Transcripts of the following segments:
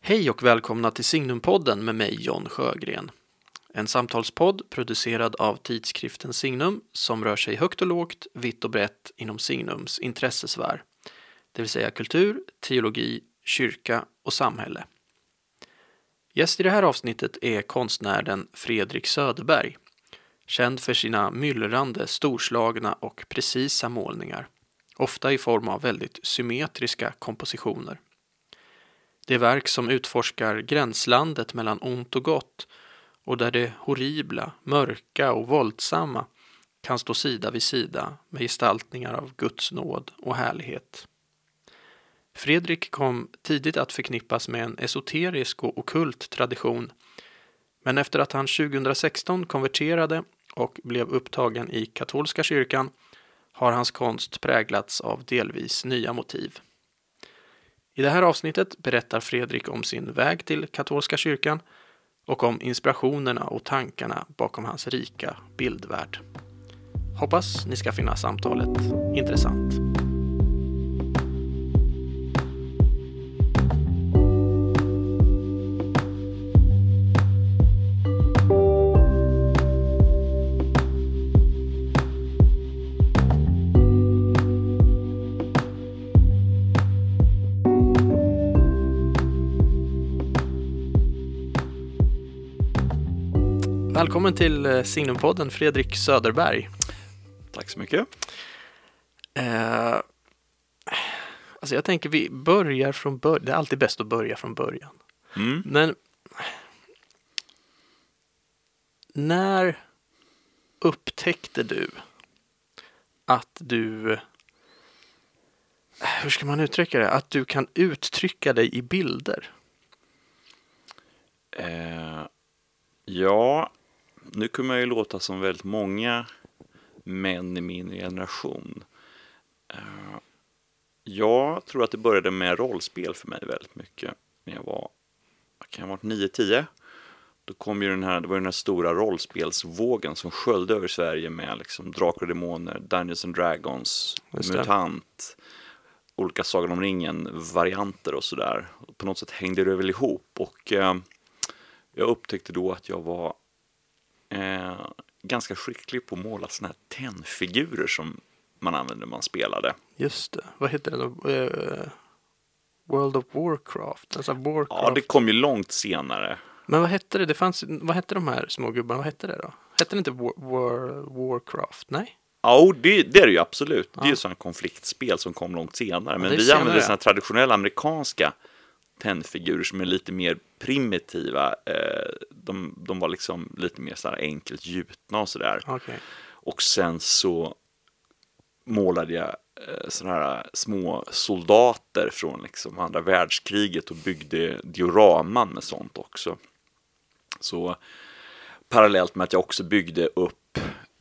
Hej och välkomna till Signumpodden med mig John Sjögren. En samtalspodd producerad av tidskriften Signum som rör sig högt och lågt, vitt och brett inom Signums intressesfär. Det vill säga kultur, teologi, kyrka och samhälle. Gäst i det här avsnittet är konstnären Fredrik Söderberg. Känd för sina myllrande, storslagna och precisa målningar. Ofta i form av väldigt symmetriska kompositioner. Det är verk som utforskar gränslandet mellan ont och gott och där det horribla, mörka och våldsamma kan stå sida vid sida med gestaltningar av Guds nåd och härlighet. Fredrik kom tidigt att förknippas med en esoterisk och ockult tradition, men efter att han 2016 konverterade och blev upptagen i katolska kyrkan har hans konst präglats av delvis nya motiv. I det här avsnittet berättar Fredrik om sin väg till katolska kyrkan och om inspirationerna och tankarna bakom hans rika bildvärld. Hoppas ni ska finna samtalet intressant. Välkommen till Signumpodden, Fredrik Söderberg. Tack så mycket. Alltså jag tänker vi börjar från början. Det är alltid bäst att börja från början. Men när upptäckte du att du, hur ska man uttrycka det? Att du kan uttrycka dig i bilder? Ja, nu kommer jag ju låta som väldigt många män i min generation. Jag tror att det började med rollspel för mig väldigt mycket. När jag var, kan jag ha varit 9-10. Då kom ju det var den här stora rollspelsvågen som sköljde över Sverige med liksom Drakar och Demoner, Dungeons and Dragons, Mutant, olika Sagan om ringen-varianter och sådär. På något sätt hängde det väl ihop och jag upptäckte då att jag var ganska skicklig på att måla såna här tennfigurer som man använde när man spelade. Just det. Vad heter det då? World of Warcraft? Alltså Warcraft. Ja, det kom ju långt senare. Men vad hette det? Vad hette de här små gubbarna? Vad hette det då? Hette det inte Warcraft? Nej? Ja, det är det ju absolut. Ja. Det är ju sådana konfliktspel som kom långt senare. Men vi använde såna traditionella amerikanska tennfigurer som är lite mer primitiva. De var liksom lite mer så här enkelt gjutna och sådär. Okay. Och sen så målade jag såna här små soldater från liksom andra världskriget och byggde dioraman med sånt också. Så parallellt med att jag också byggde upp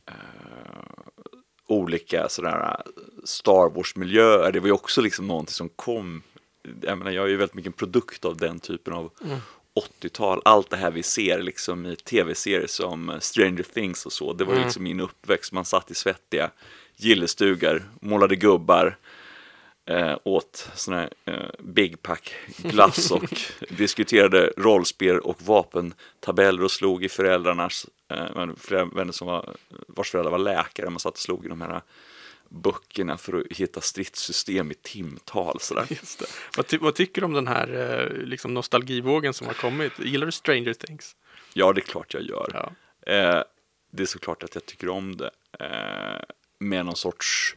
olika sådär Star Wars-miljöer. Det var ju också liksom någonting som kom. Jag menar, jag är ju väldigt mycket en produkt av den typen av 80-tal. Allt det här vi ser liksom i tv-serier som Stranger Things och så. Det var ju liksom min uppväxt. Man satt i svettiga gillestugar, målade gubbar, åt såna här Big Pack glass och diskuterade rollspel och vapentabeller och slog i föräldrarnas flera vänner som vars föräldrar var läkare. Man satt och slog i de här böckerna för att hitta stridssystem i timtal. Sådär. Just det. Vad tycker du om den här liksom nostalgivågen som har kommit? Gillar du Stranger Things? Ja, det är klart jag gör. Ja. Det är såklart att jag tycker om det. Med någon sorts...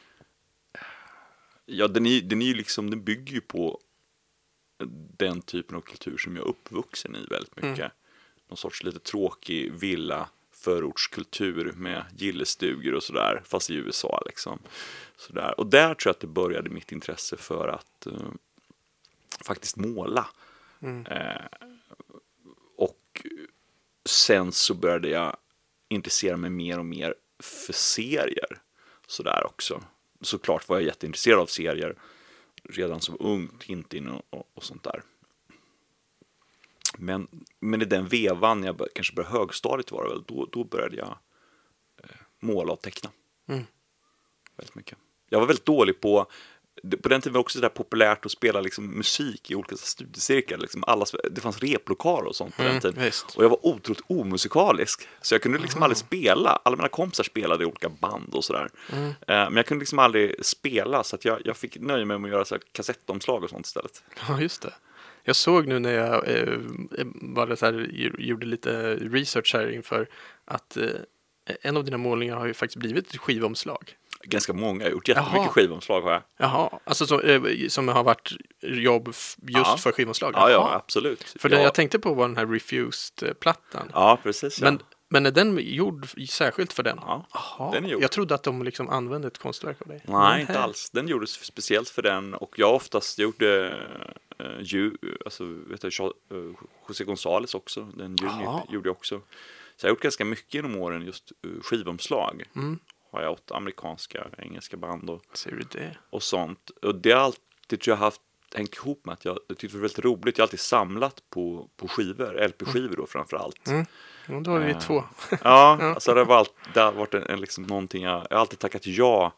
Ja, den bygger ju på den typen av kultur som jag är uppvuxen i väldigt mycket. Någon sorts lite tråkig villa förortskultur med gillestugor och sådär, fast i USA liksom. Sådär. Och där tror jag att det började mitt intresse för att faktiskt måla. Och sen så började jag intressera mig mer och mer för serier. Sådär också. Såklart var jag jätteintresserad av serier redan som ung, Tintin och sånt där. Men i den vevan jag kanske började högstadiet var det väl, då började jag måla och teckna. Väldigt mycket. Jag var väldigt dålig på på den tiden var det också så där populärt att spela liksom musik i olika studiecirklar. Liksom det fanns replokaler och sånt på den tiden. Visst. Och jag var otroligt omusikalisk. Så jag kunde liksom aldrig spela. Alla mina kompisar spelade i olika band och sådär. Men jag kunde liksom aldrig spela. Så att jag fick nöja mig med att göra så här kassettomslag och sånt istället. Ja, just det. Jag såg nu när jag bara så här, gjorde lite research här inför att en av dina målningar har ju faktiskt blivit ett skivomslag. Ganska många. Jag har gjort jättemycket skivomslag har jag. Jaha, alltså som har varit jobb just för skivomslag? Ja, absolut. För jag tänkte på var den här Refused-plattan. Ja, precis. Ja. Men är den gjord särskilt för den? Ja, den är gjord. Jag trodde att de liksom använde ett konstverk av dig. Nej, inte alls. Den gjordes speciellt för den. Och jag oftast gjorde José González också. Den gjorde jag också. Så jag har gjort ganska mycket genom åren just skivomslag. Har jag 8 amerikanska, engelska band och sånt. Och det har alltid jag haft hängt ihop med att jag tyckte det var väldigt roligt. Jag har alltid samlat på skivor, LP-skivor då framförallt. Då har vi 2. Ja, alltså det har varit en liksom någonting jag har alltid tackat ja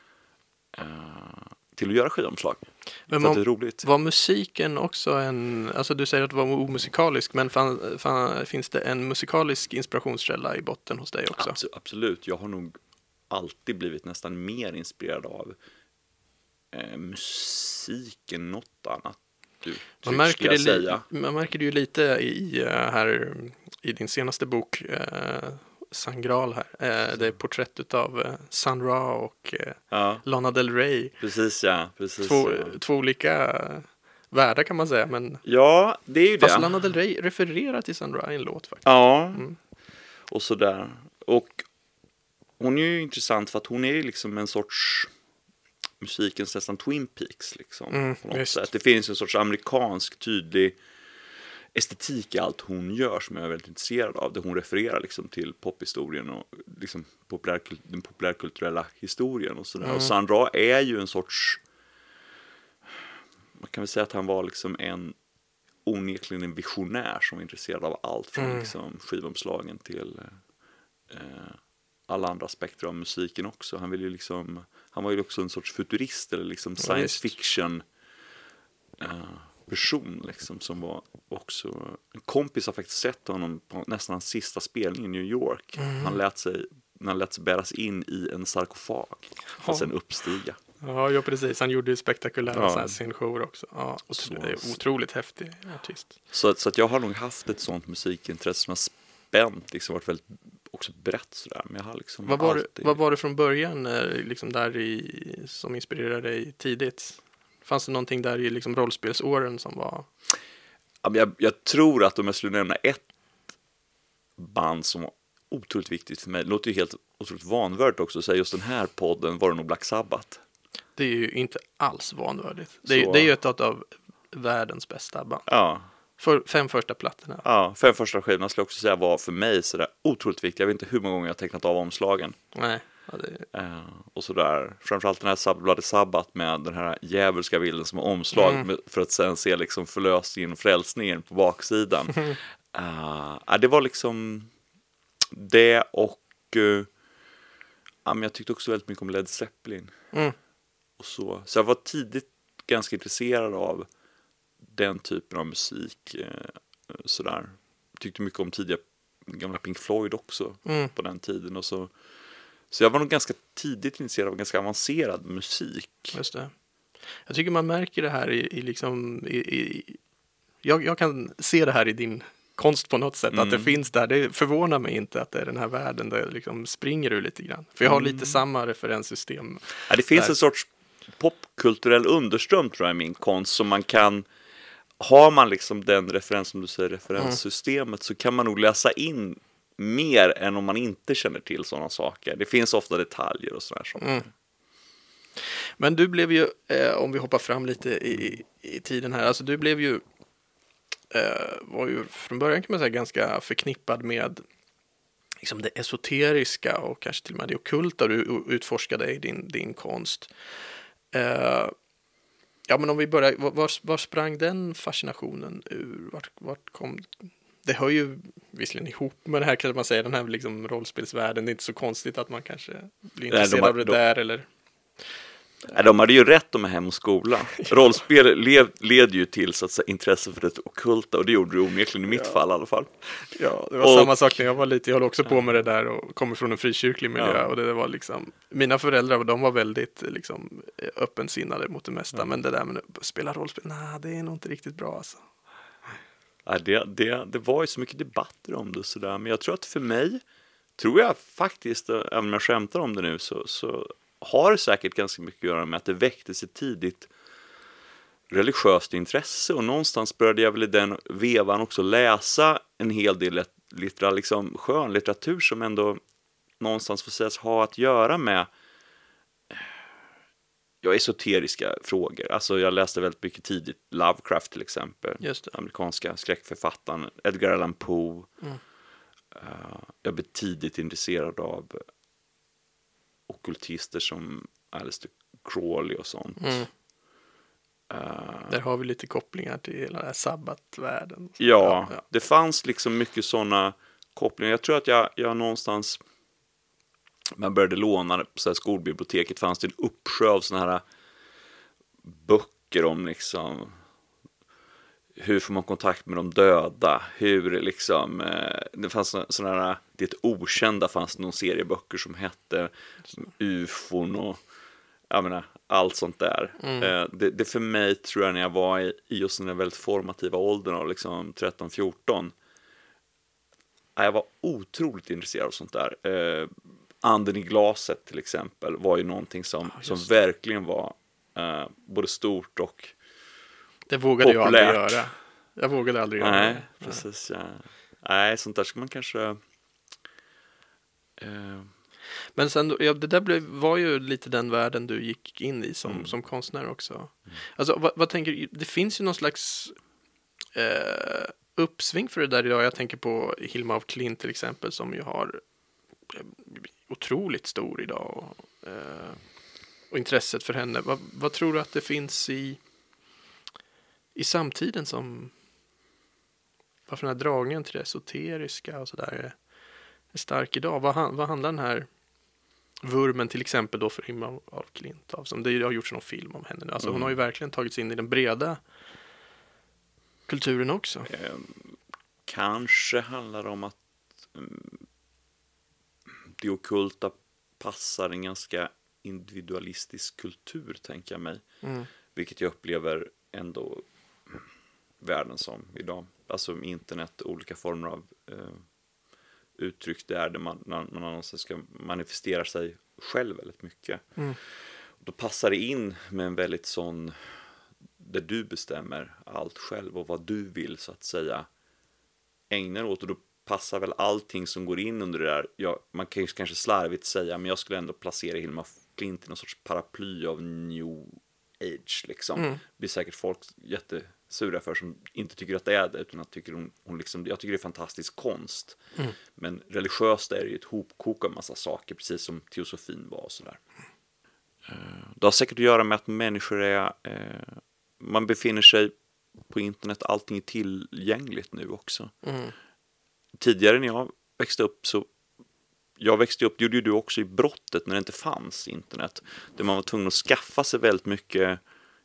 till att göra skivomslag. Men det är roligt. Var musiken också alltså du säger att det var omusikalisk, men finns det en musikalisk inspirationskälla i botten hos dig också? Absolut, jag har nog alltid blivit nästan mer inspirerad av musiken, något annat. Man märker det ju lite i din senaste bok Sangral här. Det är porträtt av Sun Ra och Lana Del Rey. Precis, ja. Precis, två olika världar kan man säga. Men ja, det är ju fast Lana Del Rey refererar till Sun Ra i en låt faktiskt. Ja, och sådär. Och hon är ju intressant för att hon är liksom en sorts musikens nästan Twin Peaks liksom, på något sätt. Det finns en sorts amerikansk tydlig estetik i allt hon gör som jag är väldigt intresserad av. Där hon refererar liksom till pophistorien och liksom den populärkulturella historien och sådär. Och Sun Ra är ju en sorts, man kan väl säga att han var liksom onekligen en visionär som var intresserad av allt från liksom skivomslagen till alla andra aspekter av musiken också. Han var ju också en sorts futurist eller liksom science fiction person liksom, som var också en kompis har faktiskt sett honom på nästan hans sista spelning i New York. Han lät sig bäras in i en sarkofag fast en uppstiga. Ja, precis. Han gjorde ju spektakulära scenshower också. Ja, det är otroligt häftig artist. Så att jag har nog haft ett sånt musikintresse som har spänt, liksom varit väldigt också brett sådär. Men jag har liksom vad var det från början liksom som inspirerade dig tidigt? Fanns det någonting där i liksom rollspelsåren som var... Jag tror att om jag skulle nämna ett band som var otroligt viktigt för mig, det låter ju helt otroligt vanvördigt också att säga just den här podden var det nog Black Sabbath. Det är ju inte alls vanvördigt. Det är ju ett av världens bästa band. Ja. 5 första plattorna. Ja, 5 första skivorna skulle jag också säga var för mig sådär otroligt viktigt. Jag vet inte hur många gånger jag har tecknat av omslagen. Nej. Och sådär. Framförallt den här Bloody Sabbath med den här djävulska bilden som omslag för att sen se liksom förlösningen och frälsningen på baksidan. Det var liksom det och men jag tyckte också väldigt mycket om Led Zeppelin. Och så jag var tidigt ganska intresserad av den typen av musik sådär. Tyckte mycket om tidiga gamla Pink Floyd också på den tiden och så jag var nog ganska tidigt intresserad av ganska avancerad musik. Just det. Jag tycker man märker det här jag kan se det här i din konst på något sätt, att det finns där. Det förvånar mig inte att det är den här världen där det liksom springer ur lite grann. För jag har lite samma referenssystem. Ja, det finns en sorts popkulturell underström tror jag i min konst som man kan, har man liksom den referens som du säger, referenssystemet, så kan man nog läsa in mer än om man inte känner till sådana saker. Det finns ofta detaljer och sådär saker. Men du blev ju, om vi hoppar fram lite i tiden här, alltså du blev ju var ju från början kan man säga ganska förknippad med liksom det esoteriska och kanske till och med det ockulta du utforskade i din konst. Ja, men om vi börjar, var sprang den fascinationen ur? Vart kom... Det hör ju visserligen ihop med det här, kan man säga, den här liksom rollspelsvärlden. Det är inte så konstigt att man kanske blir intresserad av det där, eller... De hade ju rätt om Hem och skola. Rollspel leder ju till så att säga, intresse för det ockulta, och det gjorde det onekligen i mitt fall i alla fall. Ja, det var samma sak när jag var liten. Jag höll också på med det där och kommer från en frikyrklig miljö, och det var liksom, mina föräldrar, de var väldigt liksom öppensinnade mot det mesta, men det där med att spela rollspel, nej, det är nog inte riktigt bra alltså. Ja, det var ju så mycket debatter om det sådär, men jag tror att för mig, tror jag faktiskt, även om jag skämtar om det nu, så har det säkert ganska mycket att göra med att det väcktes ett tidigt religiöst intresse, och någonstans började jag väl i den vevan också läsa en hel del liksom skönlitteratur som ändå någonstans får sägas ha att göra med esoteriska frågor. Alltså jag läste väldigt mycket tidigt Lovecraft till exempel. Just det. Amerikanska skräckförfattaren Edgar Allan Poe. Jag blev tidigt intresserad av ockultister som Aleister Crowley och sånt. Där har vi lite kopplingar till hela den här sabbatvärlden. Ja, det fanns liksom mycket sådana kopplingar. Jag tror att jag någonstans, man började låna på så här skolbiblioteket, fanns det en uppsjö av sådana här böcker om liksom hur får man kontakt med de döda, hur liksom det fanns sådana här, det okända, fanns det någon serieböcker som hette UFOn och jag menar, allt sånt där. Det för mig, tror jag, när jag var i just den väldigt formativa åldern av liksom 13-14, jag var otroligt intresserad av sånt där. Anden i glaset till exempel var ju någonting som verkligen var både stort och det vågade populärt. Jag aldrig göra. Jag vågade aldrig göra det. Nej, precis. Ja. Nej, sånt där ska man kanske... Men sen, det där var ju lite den världen du gick in i som konstnär också. Alltså, vad tänker du? Det finns ju någon slags uppsving för det där idag. Jag tänker på Hilma af Klint till exempel, som ju har otroligt stor idag. Och intresset för henne. Vad tror du att det finns i samtiden som... Varför den här dragningen till det esoteriska och sådär är stark idag? Vad handlar den här vurmen till exempel då för Hilma af Klint av? Som det har gjorts någon film om henne nu. Alltså hon har ju verkligen tagits in i den breda kulturen också. Kanske handlar det om att det ockulta passar en ganska individualistisk kultur, tänker jag mig. Vilket jag upplever ändå världen som idag. Alltså internet, olika former av uttryck där man ska manifestera sig själv väldigt mycket. Då passar det in med en väldigt sån, där du bestämmer allt själv och vad du vill så att säga ägna åt, och då passar väl allting som går in under det där. Man kan ju kanske slarvigt säga, men jag skulle ändå placera Hilma af Klint i någon sorts paraply av new age liksom. Blir säkert folk jättesura för som inte tycker att det är det, utan att hon liksom, jag tycker det är fantastisk konst. Men religiöst är det ju ett hopkok av massa saker, precis som teosofin var och sådär. Det har säkert att göra med att människor är man befinner sig på internet, allting är tillgängligt nu också. Tidigare när jag växte upp det gjorde ju du också i brottet när det inte fanns internet. Där man var tvungen att skaffa sig väldigt mycket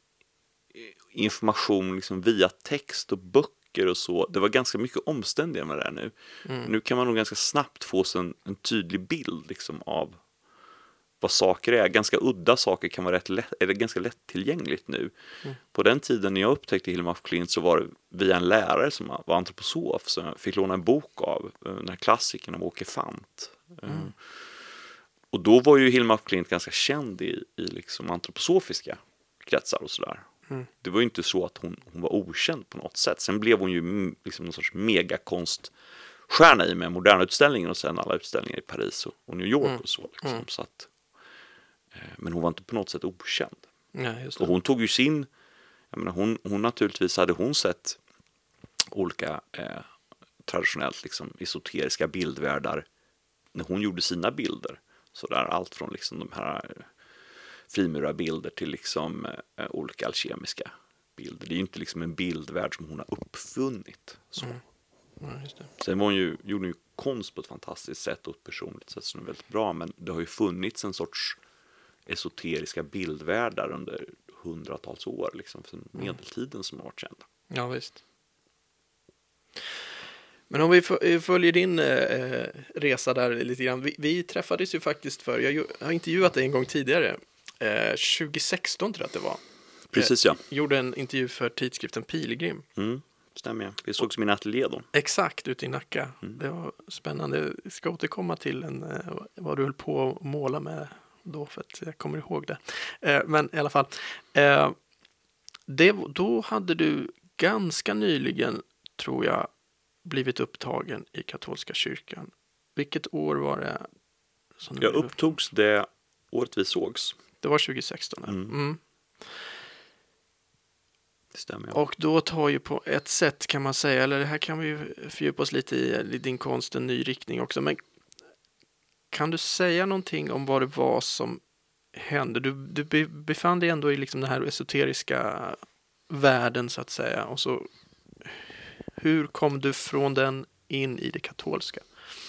information liksom via text och böcker och så. Det var ganska mycket omständigare med det här nu. Nu kan man nog ganska snabbt få sig en tydlig bild liksom av vad saker är. Ganska udda saker kan vara ganska lättillgängligt nu. På den tiden när jag upptäckte Hilma af Klint så var det via en lärare som var antroposof, som jag fick låna en bok av, den här klassikern av Åke Fant. Och då var ju Hilma af Klint ganska känd i liksom antroposofiska kretsar och sådär. Det var ju inte så att hon var okänd på något sätt. Sen blev hon ju liksom någon sorts megakonststjärna i med moderna utställningen och sen alla utställningar i Paris och New York och så. Liksom. Så att, men hon var inte på något sätt okänd. Ja, just det. Och hon tog ju sin... Jag menar, hon naturligtvis hade hon sett olika traditionellt liksom, esoteriska bildvärldar när hon gjorde sina bilder. Så där allt från liksom, de här frimurarbilder till liksom, olika alkemiska bilder. Det är ju inte liksom en bildvärld som hon har uppfunnit. Så. Ja, just det. Sen gjorde hon ju konst på ett fantastiskt sätt och ett personligt sätt som är väldigt bra. Men det har ju funnits en sorts esoteriska bildvärldar under hundratals år, liksom, för medeltiden som har varit känd. Ja, visst. Men om vi följer din resa där lite grann. Vi träffades ju faktiskt jag har intervjuat dig en gång tidigare. 2016 tror jag att det var. Precis, ja. Gjorde en intervju för tidskriften Pilgrim. Stämmer jag. Vi sågs i min ateljé då. Exakt, ute i Nacka. Det var spännande. Jag ska återkomma till vad du höll på att måla med då, för att jag kommer ihåg det. Men i alla fall. Då hade du ganska nyligen, tror jag, blivit upptagen i katolska kyrkan. Vilket år var det? Jag upptogs det året vi sågs. Det var 2016. Det stämmer. Och då tar ju på ett sätt, kan man säga, eller det här kan vi ju fördjupa oss lite i din konst, en ny riktning också. Men kan du säga någonting om vad det var som hände? Du befann dig ändå i liksom den här esoteriska världen, så att säga. Och så, hur kom du från den in i det katolska?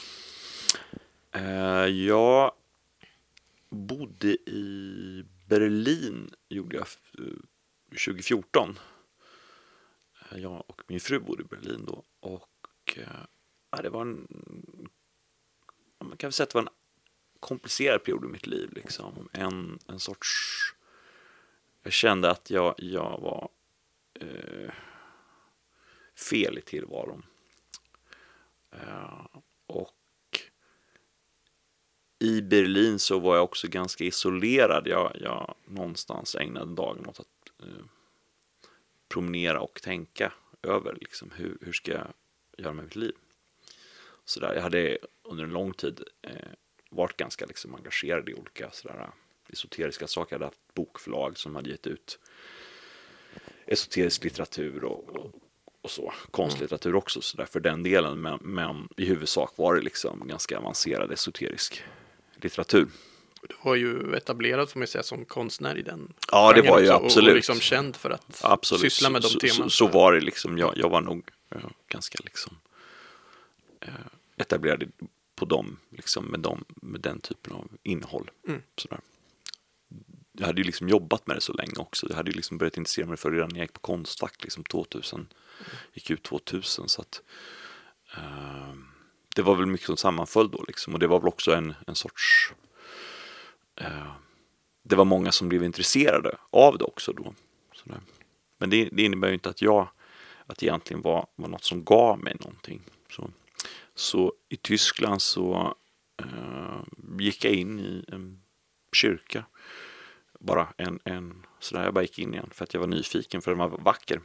Jag bodde i Berlin, gjorde jag 2014. Jag och min fru bodde i Berlin då. Och det var man kan väl säga att det var en komplicerad period i mitt liv. Liksom. En sorts... Jag kände att jag var fel i tillvaron. Och i Berlin så var jag också ganska isolerad. Jag någonstans ägnade dagen åt att promenera och tänka över liksom, hur ska jag göra med mitt liv. Så där, jag hade under en lång tid varit ganska liksom, engagerad i olika sådär, esoteriska saker. Jag hade haft bokförlag som hade gett ut esoterisk litteratur och så, konstlitteratur också så där, för den delen, men i huvudsak var det liksom ganska avancerad esoterisk litteratur. Du var ju etablerad, får man säga, som konstnär i den. Ja, det var ju också, absolut. och liksom känd för att syssla med de teman. Så var det liksom. Jag var nog ganska liksom etablerad på dem, liksom med den typen av innehåll. Sådär. Jag hade ju liksom jobbat med det så länge också. Jag hade ju liksom börjat intressera mig för det redan när jag gick på Konstfack liksom 2000. Gick ut 2000, så att det var väl mycket som sammanföll då liksom. Och det var väl också en sorts det var många som blev intresserade av det också då. Sådär. Men det innebär ju inte att egentligen var något som gav mig någonting. Så i Tyskland så gick jag in i en kyrka. Bara sådär, jag bara gick in igen för att jag var nyfiken, för den var vacker.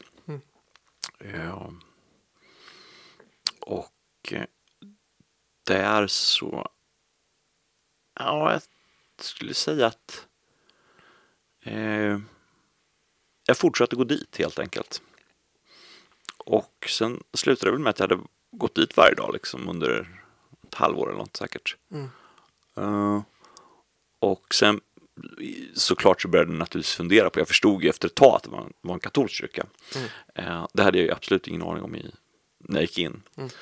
Och där så, ja, jag skulle säga att jag fortsatte gå dit helt enkelt. Och sen slutade det väl med att jag hade gått dit varje dag liksom under ett halvår eller något säkert. Och sen såklart så började jag naturligtvis fundera på, jag förstod ju efter ett tag att det var en katolsk kyrka. Det hade jag ju absolut ingen aning om när jag gick in.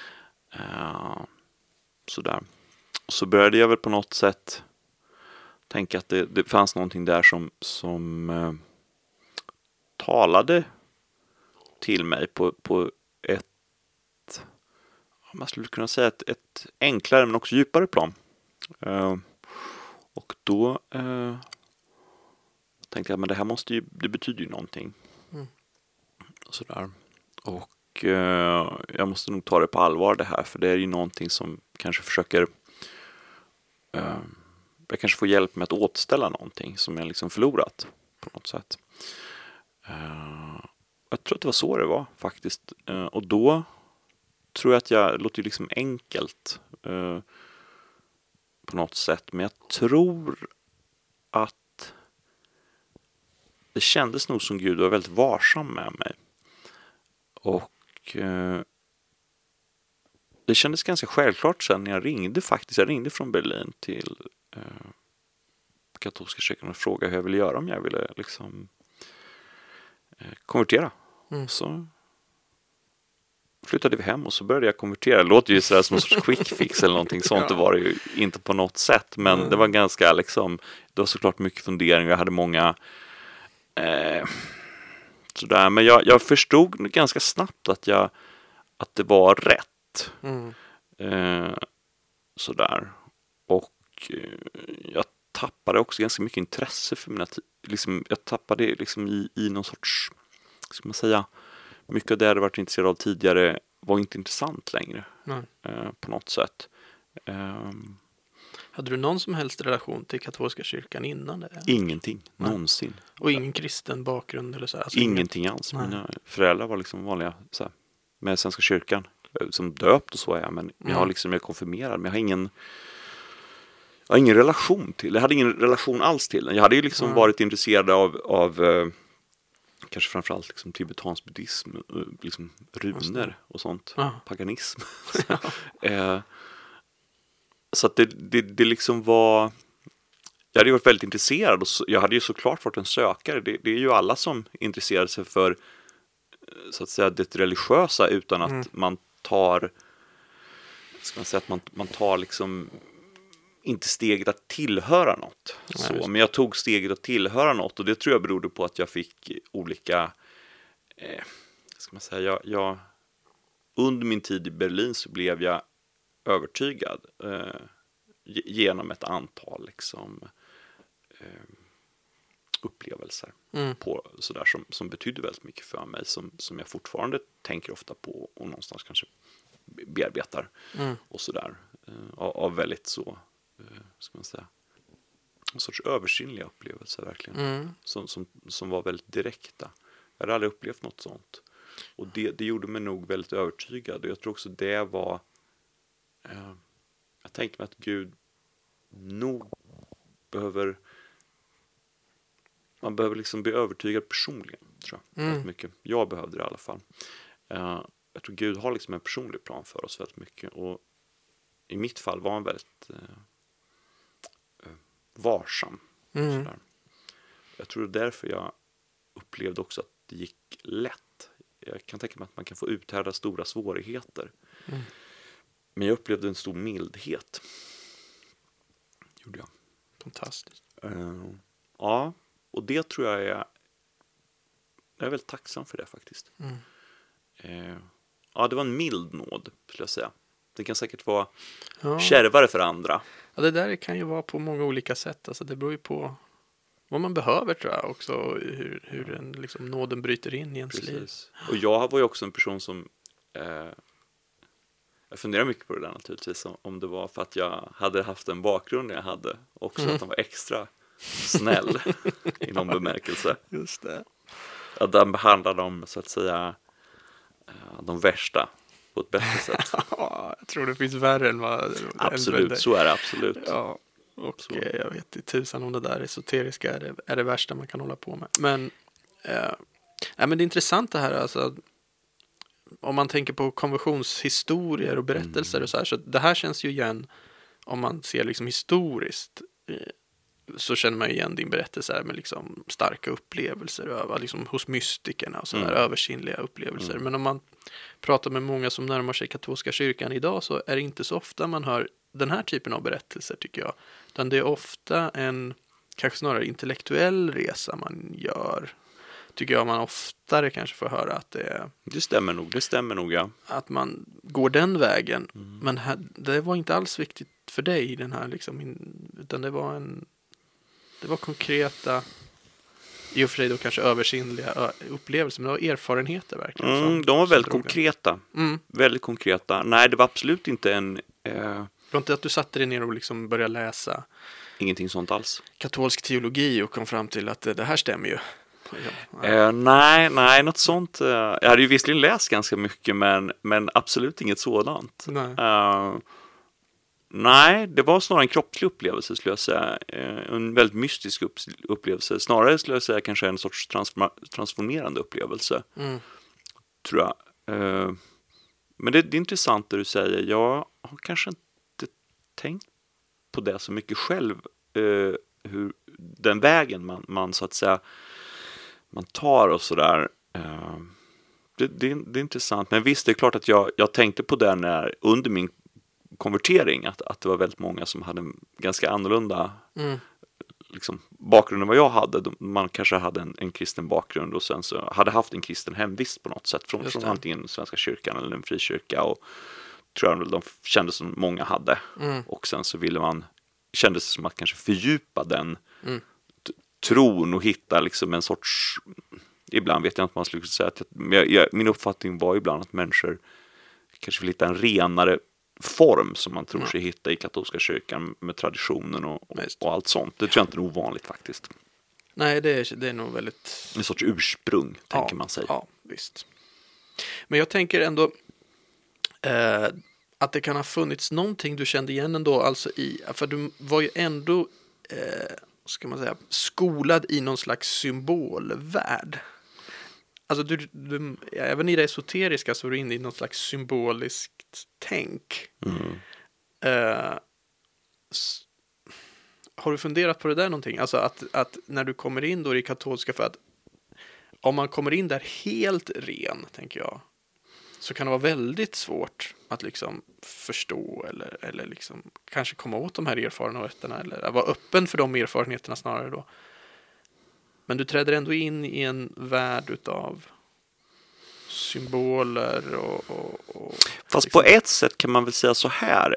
Sådär. Och så började jag väl på något sätt tänka att det fanns någonting där som talade till mig på ett, man skulle kunna säga ett enklare men också djupare plan. Och då tänkte jag, men det här det betyder ju någonting. Sådär. Och jag måste nog ta det på allvar det här, för det är ju någonting som kanske försöker jag kanske får hjälp med att återställa någonting som jag liksom förlorat på något sätt. Jag tror att det var så det var faktiskt. Och då tror jag att det låter liksom enkelt på något sätt. Men jag tror att det kändes nog som Gud var väldigt varsam med mig. Och det kändes ganska självklart sen när jag ringde faktiskt. Jag ringde från Berlin till katolska kyrkan och frågade hur jag ville göra om jag ville liksom konvertera. Så flyttade vi hem och så började jag konvertera. Det låter ju sådär som en sorts quick fix eller någonting sånt. Det var det ju inte på något sätt. Men det var ganska liksom, det var såklart mycket funderingar. Jag hade många sådär. Men jag förstod ganska snabbt att det var rätt. Sådär. Och jag tappade också ganska mycket intresse för mina liksom, jag tappade liksom i någon sorts, ska man säga, mycket av det jag hade varit intresserad av tidigare var inte intressant längre på något sätt. Hade du någon som helst relation till katolska kyrkan innan det? Ingenting, någonsin. Och ingen kristen bakgrund eller så? Alltså ingenting alls. Mina föräldrar var liksom vanliga så här, med Svenska kyrkan. Som döpt och så är jag, men jag har liksom, jag är konfirmerad, men jag har ingen relation till. Jag hade ingen relation alls till den. Jag hade ju liksom varit intresserad av kanske framförallt liksom tibetansk buddhism, liksom runer och sånt, paganism. Så att det liksom var, jag hade ju varit väldigt intresserad och jag hade ju såklart varit en sökare. Det är ju alla som intresserar sig för, så att säga, det religiösa utan att man tar, ska man säga, att man tar liksom inte steget att tillhöra något. Så, men jag tog steget att tillhöra något, och det tror jag berodde på att jag fick olika, ska man säga, jag under min tid i Berlin så blev jag övertygad genom ett antal liksom upplevelser på sådär som betydde väldigt mycket för mig, som jag fortfarande tänker ofta på och någonstans kanske bearbetar och sådär av väldigt så, ska man säga, en sorts översinnliga upplevelser verkligen, som var väldigt direkta. Jag hade aldrig upplevt något sånt, och det gjorde mig nog väldigt övertygad, och jag tror också det var, jag tänkte mig att Gud nog man behöver liksom bli övertygad personligen, tror jag, väldigt mycket. Jag behövde det i alla fall. Jag tror Gud har liksom en personlig plan för oss väldigt mycket, och i mitt fall var han väldigt varsam. Sådär. Jag tror det är därför jag upplevde också att det gick lätt. Jag kan tänka mig att man kan få uthärda stora svårigheter. Men jag upplevde en stor mildhet. Gjorde jag. Fantastiskt. Ja, och det tror jag är väldigt tacksam för det faktiskt. Ja, det var en mild nåd, skulle jag säga. Det kan säkert vara kärvare för andra. Ja, det där kan ju vara på många olika sätt. Alltså det beror ju på vad man behöver, tror jag också. Hur en, liksom, nåden bryter in i ens liv. Och jag var ju också en person som jag funderar mycket på det där naturligtvis, om det var för att jag hade haft en bakgrund jag hade också, att de var extra snäll i någon bemärkelse. Just det. Att den behandlar dem, så att säga, de värsta på ett bättre sätt. Jag tror det finns värre än vad... Absolut, så är det absolut. Ja, och jag vet inte tusan om det där esoteriska är det värsta man kan hålla på med. Men, men det är intressant det här, alltså, om man tänker på konversionshistorier och berättelser och så här, så det här känns ju igen, om man ser liksom historiskt, så känner man ju igen din berättelse med liksom starka upplevelser liksom hos mystikerna och sådär, översinnliga upplevelser. Men om man pratar med många som närmar sig katolska kyrkan idag, så är det inte så ofta man hör den här typen av berättelser, tycker jag. Utan det är ofta en kanske snarare intellektuell resa man gör. Tycker jag man oftare kanske får höra att det stämmer nog, ja. Att man går den vägen. Men det var inte alls viktigt för dig, den här liksom, utan det var konkreta, i och för sig då kanske översinnliga upplevelser, men det var erfarenheter verkligen. De var väldigt konkreta. Väldigt konkreta. Nej, det var absolut inte en... Det var inte att du satte dig ner och liksom började läsa... Ingenting sånt alls. Katolsk teologi och kom fram till att det här stämmer ju. Nej, något sånt. Jag hade ju visserligen läst ganska mycket, men absolut inget sådant. Nej, det var snarare en kroppslig upplevelse, skulle jag säga. En väldigt mystisk upplevelse. Snarare skulle jag säga kanske en sorts transformerande upplevelse. Tror jag. Men det är intressant det du säger. Jag har kanske inte tänkt på det så mycket själv. Hur den vägen man så att säga man tar och sådär. det är intressant. Men visst, det är klart att jag tänkte på det när under min konvertering att det var väldigt många som hade en ganska annorlunda liksom, bakgrund än vad jag hade. Man kanske hade en kristen bakgrund och sen så hade haft en kristen hemvist på något sätt från antingen Svenska kyrkan eller en frikyrka, och tror jag de kände som många hade. Och sen så kändes det som att kanske fördjupa den tron och hitta liksom en sorts, ibland vet jag inte vad man skulle säga, min uppfattning var ibland att människor kanske vill hitta en renare form som man tror sig hitta i katolska kyrkan med traditionen och allt sånt. Det tror jag inte är ovanligt faktiskt. Nej, det är nog väldigt... En sorts ursprung, tänker man sig. Ja, visst. Men jag tänker ändå att det kan ha funnits någonting du kände igen ändå, alltså för du var ju ändå ska man säga, skolad i någon slags symbolvärld. Alltså du även i det esoteriska så är du inne i någon slags symboliskt tänk. Har du funderat på det där någonting? Alltså att när du kommer in då i katolska, för att om man kommer in där helt ren, tänker jag, så kan det vara väldigt svårt att liksom förstå eller liksom kanske komma åt de här erfarenheterna, eller vara öppen för de erfarenheterna snarare då. Men du träder ändå in i en värld utav symboler och fast liksom. På ett sätt kan man väl säga så här.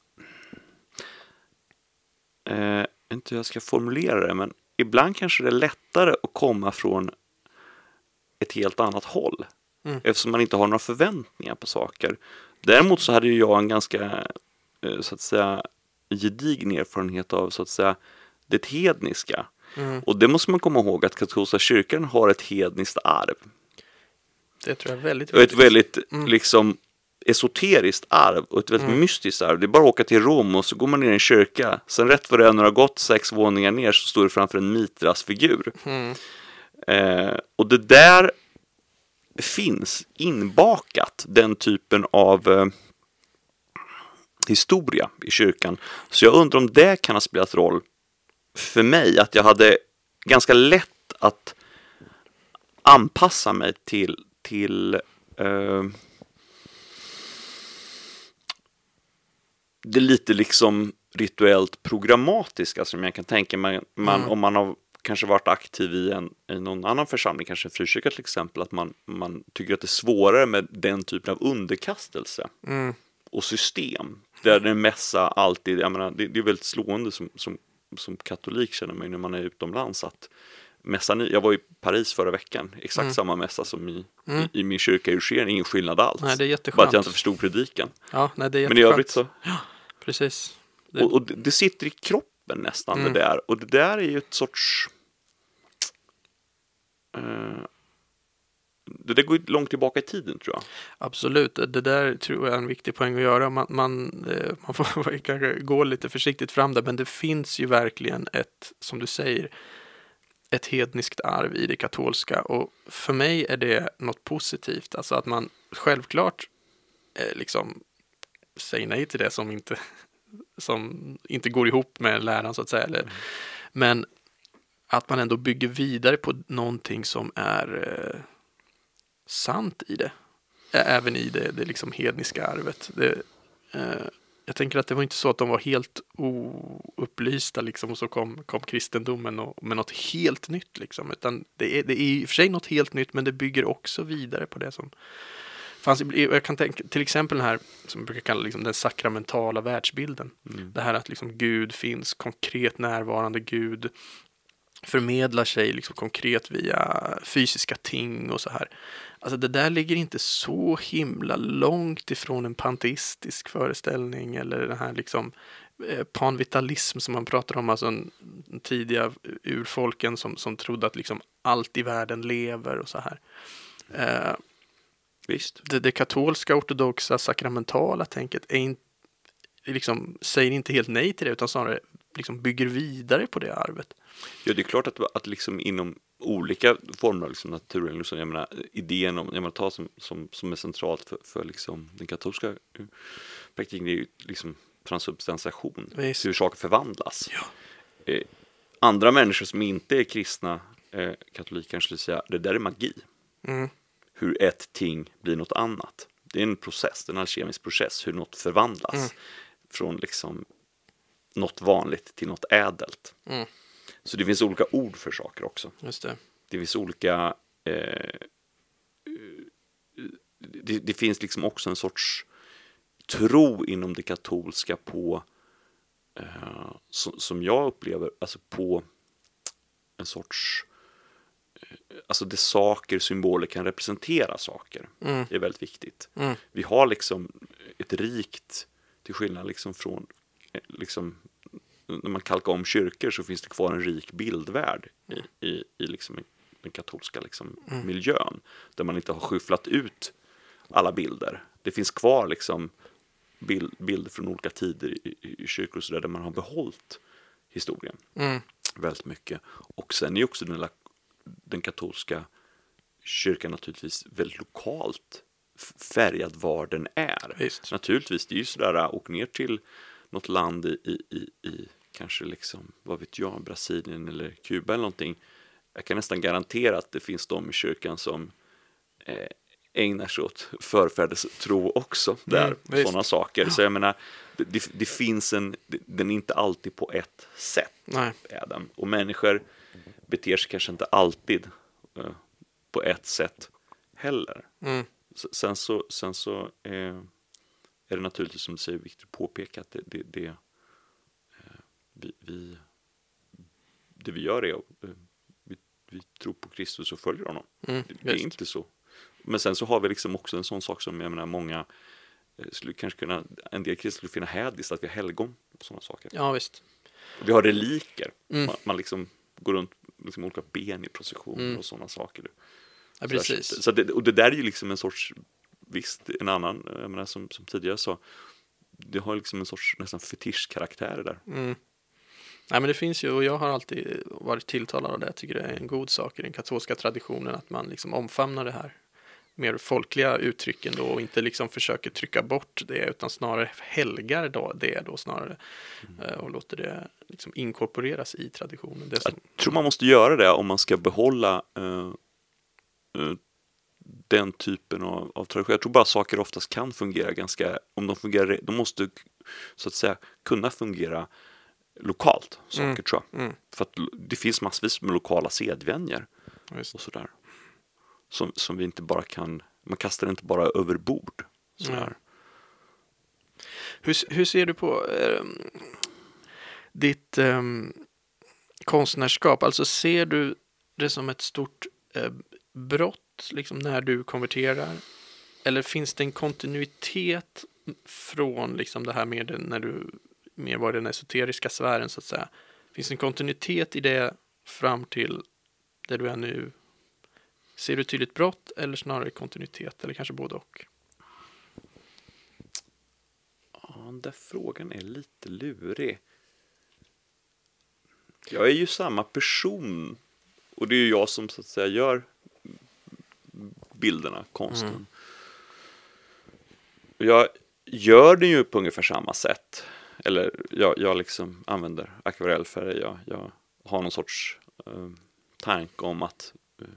Inte hur jag ska formulera det, men ibland kanske det är lättare att komma från ett helt annat håll. Eftersom man inte har några förväntningar på saker. Däremot så hade ju jag en ganska så att säga gedigen erfarenhet av så att säga det hedniska. Och det måste man komma ihåg, att katolska kyrkan har ett hedniskt arv. Det tror jag är väldigt och ett väldigt liksom esoteriskt arv och ett väldigt mystiskt arv. Det är bara att åka till Rom och så går man ner i en kyrka. Sen rätt för det när det har gått 6 våningar ner så står det framför en Mitras-figur. Och det där finns inbakat, den typen av historia i kyrkan. Så jag undrar om det kan ha spelat roll för mig, att jag hade ganska lätt att anpassa mig till det lite liksom rituellt programmatiska som jag kan tänka mig om man har kanske varit aktiv i någon annan församling, kanske en frikyrka till exempel, att man tycker att det är svårare med den typen av underkastelse och system där en mässa alltid, jag menar, det är väldigt slående som katolik, känner man när man är utomlands, att mässan, jag var i Paris förra veckan, exakt samma mässa som i min kyrka i Eugen, ingen skillnad alls. Nej, det är jätteskönt. Bara att jag inte förstod predikan. Ja, nej, det är men i övrigt så... Ja, precis. Och det sitter i kroppen nästan det där. Och det där är ju ett sorts... det där går långt tillbaka i tiden, tror jag. Absolut, det där tror jag är en viktig poäng att göra. Man får kanske gå lite försiktigt fram där, men det finns ju verkligen som du säger, ett hedniskt arv i det katolska, och för mig är det något positivt. Alltså att man självklart liksom säger nej till det som inte går ihop med läran, så att säga. Men att man ändå bygger vidare på någonting som är sant i det. Även i det liksom hedniska arvet. Jag tänker att det var inte så att de var helt oupplysta liksom, och så kom kristendomen med något helt nytt liksom, utan det är i och för sig något helt nytt, men det bygger också vidare på det som fanns. Jag kan tänka till exempel den här som jag brukar kalla liksom den sakramentala världsbilden. Det här att liksom Gud finns, konkret närvarande Gud förmedlar sig liksom konkret via fysiska ting och så här. Alltså det där ligger inte så himla långt ifrån en panteistisk föreställning, eller den här liksom panvitalism som man pratar om, alltså en tidiga urfolken som trodde att liksom allt i världen lever och så här. Visst. Det katolska ortodoxa sakramentala tänket liksom, säger inte helt nej till det, utan snarare liksom bygger vidare på det arvet. Ja, det är klart att liksom inom olika former av liksom naturreligion, jag menar, idén om, jag menar, ta som är centralt för liksom den katolska praktiken, det är ju liksom transubstantiation, hur saker förvandlas. Ja. Andra människor som inte är kristna katoliker skulle säga, det där är magi. hur ett ting blir något annat. Det är en process, en alkemisk process, hur något förvandlas från liksom något vanligt till något ädelt. Så det finns olika ord för saker också. Just det. Det finns olika det finns liksom också en sorts tro inom det katolska på som jag upplever, alltså på en sorts alltså det saker, symboler kan representera saker. Det är väldigt viktigt. Vi har liksom ett rikt, till skillnad liksom från liksom, när man kalkar om kyrkor så finns det kvar en rik bildvärld i liksom den katolska liksom miljön, där man inte har skyfflat ut alla bilder. Det finns kvar liksom bilder från olika tider i kyrkor och så där man har behållit historien väldigt mycket. Och sen är också den katolska kyrkan naturligtvis väldigt lokalt färgad var den är. Visst. Naturligtvis, det är ju sådär, åk ner till något land i kanske liksom, vad vet jag, Brasilien eller Kuba eller någonting. Jag kan nästan garantera att det finns de i kyrkan som ägnar sig åt förfäderstro också där, sådana saker. Så jag menar, det finns den är inte alltid på ett sätt. Nej. Är den. Och människor beter sig kanske inte alltid på ett sätt heller. Sen så är det naturligtvis, som du säger, viktigt att påpeka att det vi gör är vi tror på Kristus och följer honom. Det är inte så. Men sen så har vi liksom också en sån sak som, jag menar, många skulle kanske kunna, en del kristna skulle finna hädiskt att vi har helgon och sådana saker. Ja, visst. Vi har reliker. Man liksom går runt liksom olika ben i processioner och sådana saker. Ja, precis. Så och det där är ju liksom en sorts, visst, en annan, jag menar, som tidigare sa, det har liksom en sorts nästan fetischkaraktär där. Nej, men det finns ju, och jag har alltid varit tilltalad av det. Jag tycker det är en god sak i den katolska traditionen att man liksom omfamnar det här mer folkliga uttrycken då, och inte liksom försöker trycka bort det, utan snarare helgar då snarare och låter det liksom inkorporeras i traditionen. Jag tror man måste göra det om man ska behålla den typen av tradition. Jag tror bara saker oftast kan fungera ganska, om de fungerar, de måste så att säga kunna fungera lokalt, saker tror jag. För att det finns massvis med lokala sedvänjer och sådär. Som vi inte bara kan, man kastar inte bara över bord. Sådär. Hur ser du på ditt konstnärskap? Alltså ser du det som ett stort brott liksom, när du konverterar? Eller finns det en kontinuitet från liksom, det här med när du mer var den esoteriska sfären så att säga? Finns det en kontinuitet i det fram till där du är nu? Ser du tydligt brott eller snarare kontinuitet, eller kanske både och? Ja, den där frågan är lite lurig. Jag är ju samma person, och det är ju jag som så att säga gör bilderna, konsten. Jag gör det ju på ungefär samma sätt. Eller jag liksom använder akvarellfärg. Jag har någon sorts tanke om att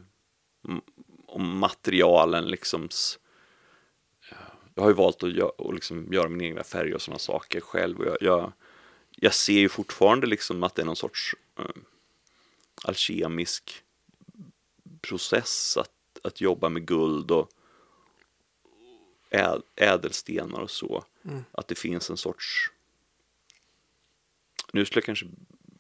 om materialen liksom, jag har ju valt att liksom göra min egna färg och sådana saker själv, och jag ser ju fortfarande liksom att det är någon sorts alkemisk process att jobba med guld och ädelstenar och så, att det finns en sorts, nu skulle jag kanske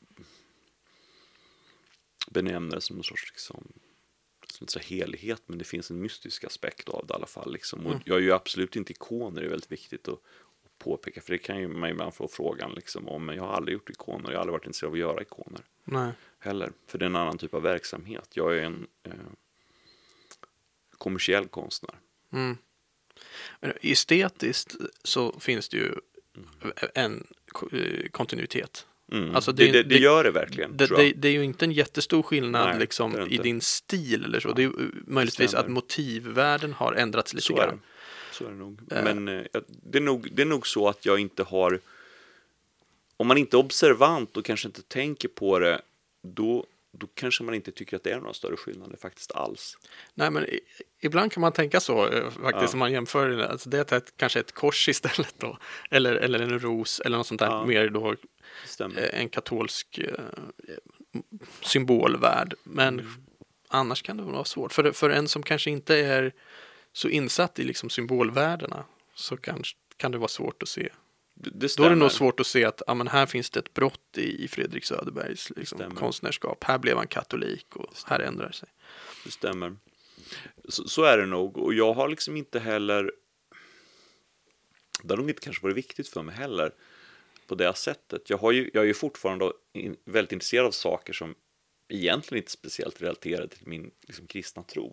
benämna det som en sorts liksom, inte så helighet, men det finns en mystisk aspekt av det i alla fall liksom. Och jag är ju absolut inte ikoner, det är väldigt viktigt att påpeka, för det kan ju man ibland få frågan liksom om, men jag har aldrig gjort ikoner, jag har aldrig varit intresserad av att göra ikoner. Nej. Heller, för det är en annan typ av verksamhet. Jag är en kommersiell konstnär. Men estetiskt så finns det ju en kontinuitet. Alltså det gör det verkligen. Det är ju inte en jättestor skillnad. Nej, liksom, i din stil eller så. Det är ju möjligtvis att motivvärlden har ändrats lite grann. Så är det nog. Men det är nog så att jag inte har, om man inte är observant och kanske inte tänker på det, då då kanske man inte tycker att det är några större skillnader faktiskt alls. Nej, men ibland kan man tänka så faktiskt, om man jämför det. Alltså det är kanske ett kors istället då, eller en ros eller något sånt där, mer då en katolsk symbolvärld. Men annars kan det vara svårt. För en som kanske inte är så insatt i liksom symbolvärdena, så kan det vara svårt att se. Då är det nog svårt att se att men här finns det ett brott i Fredrik Söderbergs liksom, konstnärskap. Här blev han katolik och här ändrar det sig. Det stämmer. Så är det nog. Och jag har liksom inte heller... Det har nog inte kanske varit viktigt för mig heller på det sättet. Jag är ju fortfarande väldigt intresserad av saker som egentligen inte är speciellt relaterade till min liksom, kristna tro.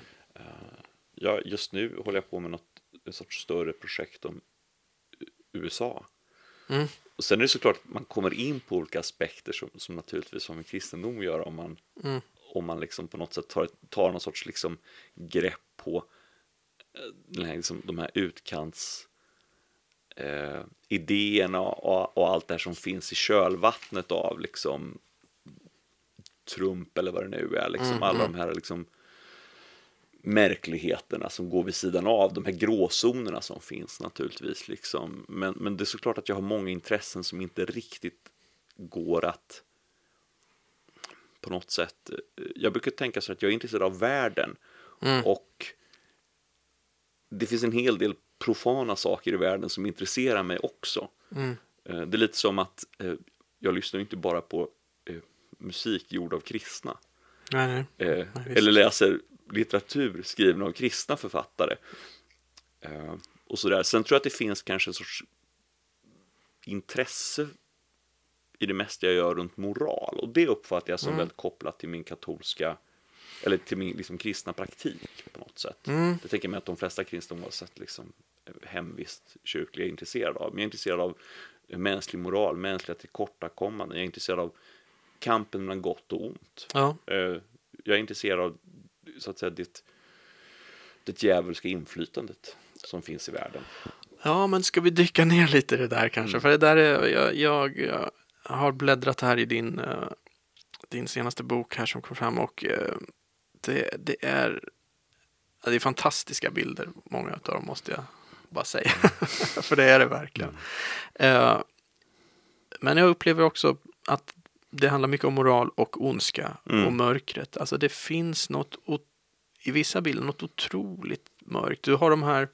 Just nu håller jag på med ett sorts större projekt om USA. Och sen är det såklart att man kommer in på olika aspekter som naturligtvis har med kristendom att göra om man liksom på något sätt tar någon sorts liksom grepp på liksom de här utkants idéerna och allt det här som finns i kölvattnet av liksom Trump eller vad det nu är liksom, alla de här liksom märkligheterna som går vid sidan av de här gråzonerna som finns naturligtvis liksom. Men det är såklart att jag har många intressen som inte riktigt går att på något sätt. Jag brukar tänka så att jag är intresserad av världen och det finns en hel del profana saker i världen som intresserar mig också. Det är lite som att jag lyssnar inte bara på musik gjord av kristna. Nej, eller läser litteratur skriven av kristna författare. Och sådär. Sen tror jag att det finns kanske en sorts intresse i det mesta jag gör runt moral. Och det uppfattar jag som väldigt kopplat till min katolska, eller till min liksom kristna praktik på något sätt. Det tänker mig att de flesta kristna oavsett liksom hemvist kyrkliga är intresserade av. Men jag är intresserad av mänsklig moral, mänskliga tillkortakommanden. Jag är intresserad av kampen mellan gott och ont. Jag är intresserad av så att säga det djävulska inflytandet som finns i världen. Ja, men ska vi dyka ner lite i det där kanske? För det där är, jag har bläddrat här i din senaste bok här som kom fram och det är fantastiska bilder, många av dem måste jag bara säga. För det är det verkligen. Men jag upplever också att det handlar mycket om moral och ondska och mörkret. Alltså det finns något i vissa bilder något otroligt mörkt. Du har de här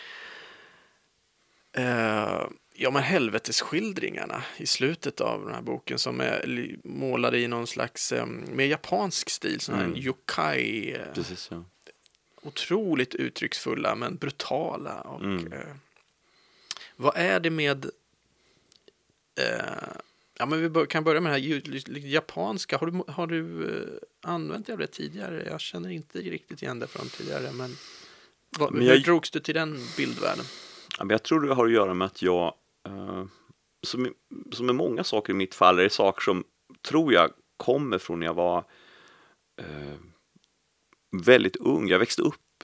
helvetesskildringarna i slutet av den här boken som är målade i någon slags mer japansk stil, sån här yokai. Precis, ja. Otroligt uttrycksfulla men brutala och vad är det med men vi kan börja med det här japanska. Har du använt det av det tidigare? Jag känner inte riktigt igen det från tidigare. Men hur drogs du till den bildvärlden? Ja, men jag tror det har att göra med att jag, som med många saker i mitt fall, är det saker som tror jag kommer från när jag var väldigt ung. Jag växte upp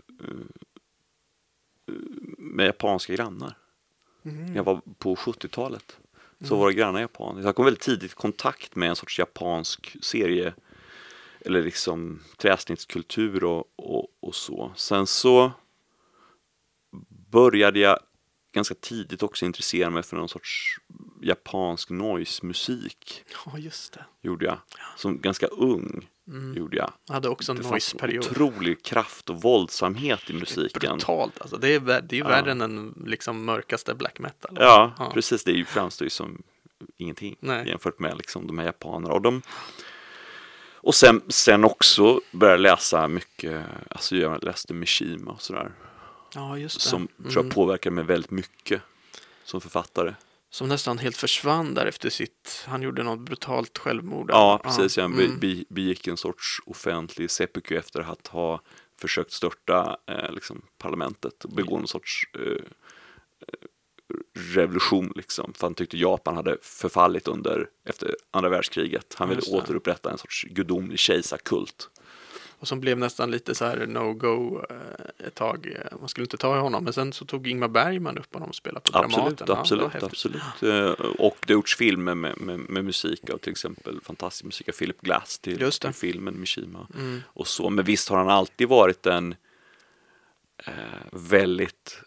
med japanska grannar. Jag var på 70-talet. Så våra grannar japaner. Jag kom väldigt tidigt i kontakt med en sorts japansk serie eller liksom träsnittskultur och så. Sen så började jag ganska tidigt också intressera mig för någon sorts japansk noise-musik. Ja, just det. Gjorde jag. Som ganska ung gjorde jag. Jag hade också en noise-period. Otrolig kraft och våldsamhet i musiken. Brutalt. Alltså, det är ju värre än den liksom mörkaste black metal. Ja, precis. Det framstår ju som ingenting jämfört med liksom de här japanerna. Och sen också började läsa mycket, alltså jag läste Mishima och sådär. Ja, just det. Som tror jag påverkade mig väldigt mycket som författare. Som nästan helt försvann där efter han gjorde något brutalt självmord. Ja, precis. Han begick en sorts offentlig seppuku efter att ha försökt störta liksom parlamentet och begå någon sorts revolution liksom. För han tyckte Japan hade förfallit efter andra världskriget. Han ville återupprätta en sorts gudomlig kejsarkult. Och som blev nästan lite så här no-go ett tag. Man skulle inte ta honom. Men sen så tog Ingmar Bergman upp honom och spelade på Dramaten. Absolut. Och det har gjorts filmer med musik av till exempel fantastisk musik av Philip Glass till filmen Mishima. Och så. Men visst har han alltid varit en väldigt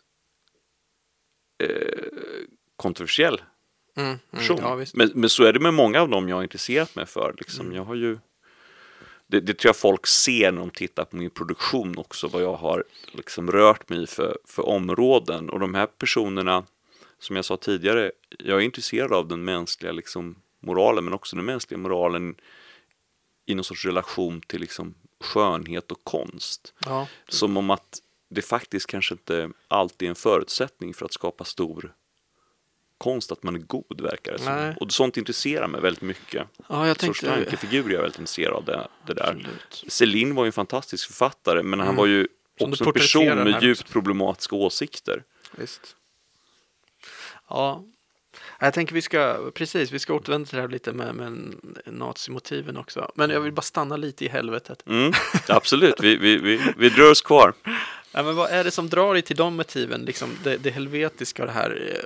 kontroversiell person. Ja, men så är det med många av dem jag har intresserat mig för. Liksom. Jag har ju det tror jag folk ser när de tittar på min produktion också, vad jag har liksom rört mig för områden. Och de här personerna, som jag sa tidigare, jag är intresserad av den mänskliga liksom, moralen, men också den mänskliga moralen i någon sorts relation till liksom, skönhet och konst. Ja. Som om att det faktiskt kanske inte alltid är en förutsättning för att skapa stor konst att man är god, verkar det som. Och sånt intresserar mig väldigt mycket. Ja, jag tänkte... tankefigurer är väldigt intresserad av det där. Absolut. Céline var ju en fantastisk författare, men han var ju också en person med djupt problematiska åsikter. Visst. Ja, jag tänker vi ska återvända till det här lite med nazimotiven också. Men jag vill bara stanna lite i helvetet. Absolut, vi drar oss kvar. Ja, men vad är det som drar dig till de motiven? Liksom det helvetiska, det här...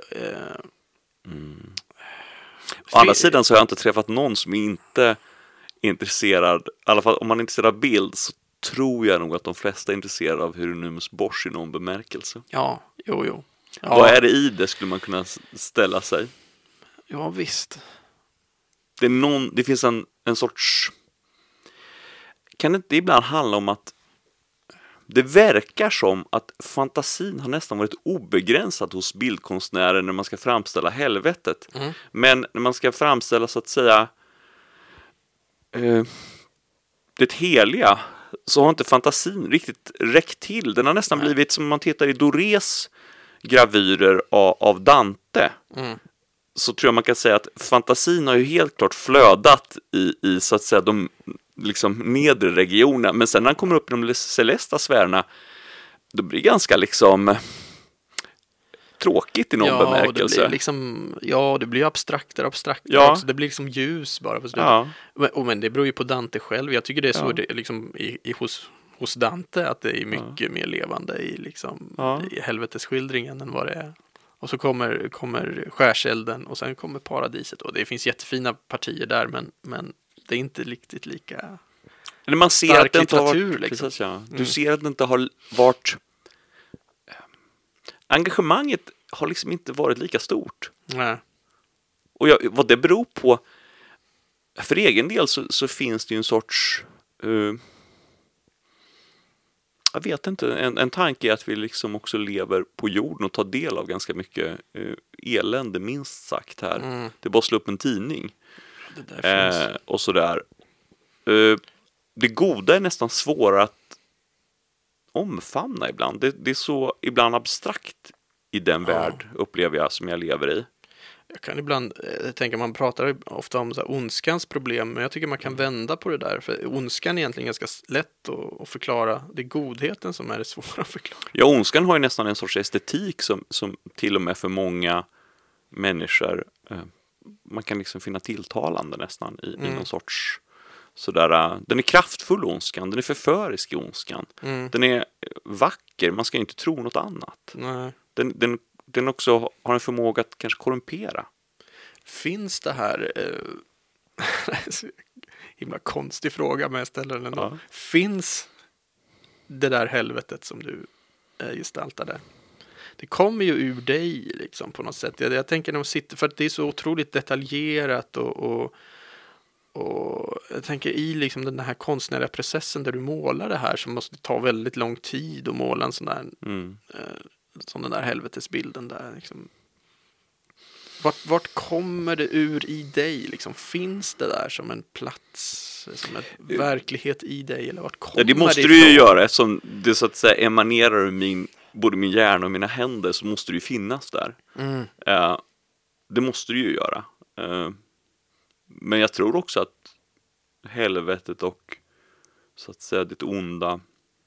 Å andra sidan så har jag inte träffat någon som inte är intresserad, i alla fall om man är intresserad av bild, så tror jag nog att de flesta är intresserade av Hieronymus Bosch i någon bemärkelse. Ja, jo. Ja. Vad är det i det, skulle man kunna ställa sig? Ja, visst. Det finns en sorts... Kan det inte ibland handla om att det verkar som att fantasin har nästan varit obegränsad hos bildkonstnärer när man ska framställa helvetet. Men när man ska framställa, så att säga, det heliga, så har inte fantasin riktigt räckt till. Den har nästan blivit, som man tittar i Dorés gravyrer av Dante, så tror jag man kan säga att fantasin har ju helt klart flödat i så att säga de liksom nedre regionerna, men sen när han kommer upp i de celesta sfärerna, då blir det ganska liksom tråkigt i någon bemärkelse. Det blir liksom, det blir abstraktare också. Det blir liksom ljus bara på slutet. Men det beror ju på Dante själv. Jag tycker det är så det, liksom, hos Dante, att det är mycket mer levande i, liksom, i helvetesskildringen än vad det är. Och så kommer skärselden och sen kommer paradiset. Och det finns jättefina partier där, men det är inte riktigt lika... Eller man ser att det inte har varit... Liksom. Precis, Du ser att det inte har varit... Engagemanget har liksom inte varit lika stort. Nej. Och vad det beror på... För egen del så finns det ju en sorts... jag vet inte. En tanke är att vi liksom också lever på jorden och tar del av ganska mycket elände, minst sagt här. Det är bara att slå upp en tidning. Och sådär. Det goda är nästan svårare att omfamna ibland. Det är så ibland abstrakt i den värld, upplever jag, som jag lever i. Jag kan ibland tänka, man pratar ofta om så här ondskans problem, men jag tycker man kan vända på det där. För ondskan är egentligen ganska lätt att förklara. Det är godheten som är det svåra att förklara. Ja, ondskan har ju nästan en sorts estetik som till och med för många människor man kan liksom finna tilltalande nästan i någon sorts sådär. Den är kraftfull, ondskan. Den är förförisk i ondskan. Den är vacker. Man ska inte tro något annat. Nej. Den också har en förmåga att kanske korrumpera. Finns det här himla konstig fråga, men jag ställer den ändå. Finns det där helvetet som du gestaltade? Det kommer ju ur dig liksom, på något sätt. Jag tänker när de sitter, för att det är så otroligt detaljerat och jag tänker i liksom den här konstnärliga processen där du målar det här, som måste ta väldigt lång tid att måla en sån där som den där helvetesbilden där liksom. Vart kommer det ur i dig liksom? Finns det där som en plats, som en verklighet i dig, eller vart kommer det måste du ju göra, eftersom det så att säga emanerar ur både min hjärna och mina händer, så måste det ju finnas där. Det måste du ju göra. Men jag tror också att helvetet och så att säga det onda,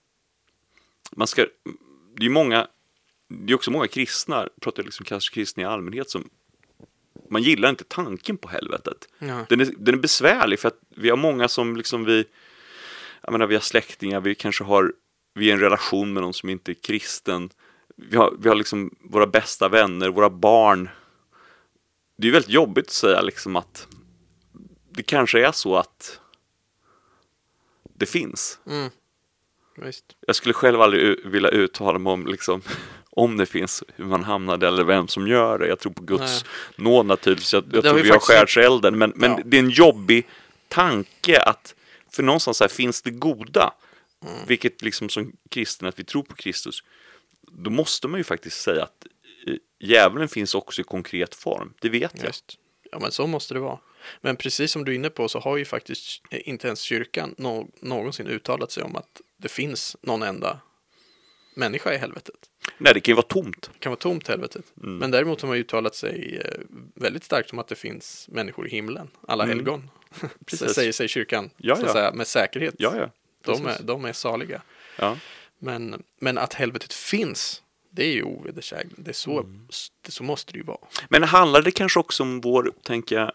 det är också många kristna, pratar liksom kanske kristna i allmänhet, som man gillar inte tanken på helvetet. Den är besvärlig, för att vi har många som liksom jag menar, vi har släktingar, vi är i en relation med någon som inte är kristen. Vi har liksom våra bästa vänner, våra barn. Det är ju väldigt jobbigt att säga liksom att det kanske är så att det finns. Visst. Jag skulle själv aldrig vilja uttala mig om liksom, om det finns, hur man hamnade eller vem som gör det. Jag tror på Guds nåd naturligtvis. Jag tror vi har skärselden. Men det är en jobbig tanke att, för någonstans här finns det goda. Vilket liksom som kristen, att vi tror på Kristus. Då måste man ju faktiskt säga att djävulen finns också i konkret form. Det vet jag. Just. Ja, men så måste det vara. Men precis som du är inne på så har ju faktiskt inte ens kyrkan någonsin uttalat sig om att det finns någon enda människa i helvetet. Nej, det kan ju vara tomt. Det kan vara tomt helvetet. Men däremot har man uttalat sig väldigt starkt om att det finns människor i himlen. Alla helgon. Precis. Säger sig kyrkan så att säga, med säkerhet. Ja. De är saliga. Ja. Men att helvetet finns, det är ju ovedersägligt. Det är så måste det ju vara. Men handlar det kanske också om vår, tänker jag,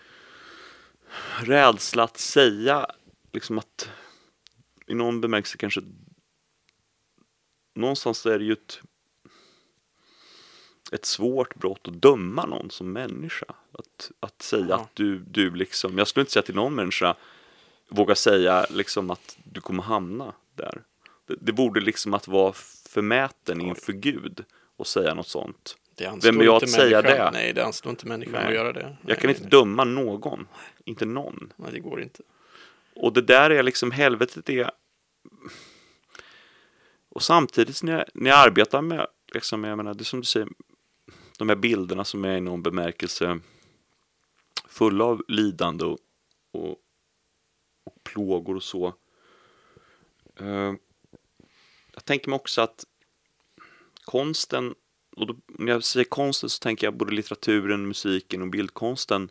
rädsla att säga liksom att i någon bemärkelse kanske någonstans är det ju ett svårt brott att döma någon som människa. Att säga att du liksom, jag skulle inte säga till någon människa våga säga liksom att du kommer hamna där. Det borde liksom att vara förmäten inför Gud och säga något sånt. Vem är jag att säga det? Nej, det anstår inte människan att göra det. Jag kan inte döma någon. Inte någon. Nej, det går inte. Och det där är liksom, helvetet är... Och samtidigt när jag arbetar med, liksom, jag menar, det är som du säger, de här bilderna som är i någon bemärkelse fulla av lidande och plågor och så. Jag tänker mig också att konsten, och då, när jag säger konsten så tänker jag både litteraturen, musiken och bildkonsten,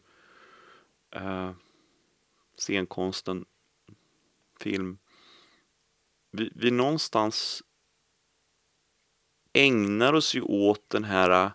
scenkonsten, film. Vi någonstans ägnar oss ju åt de här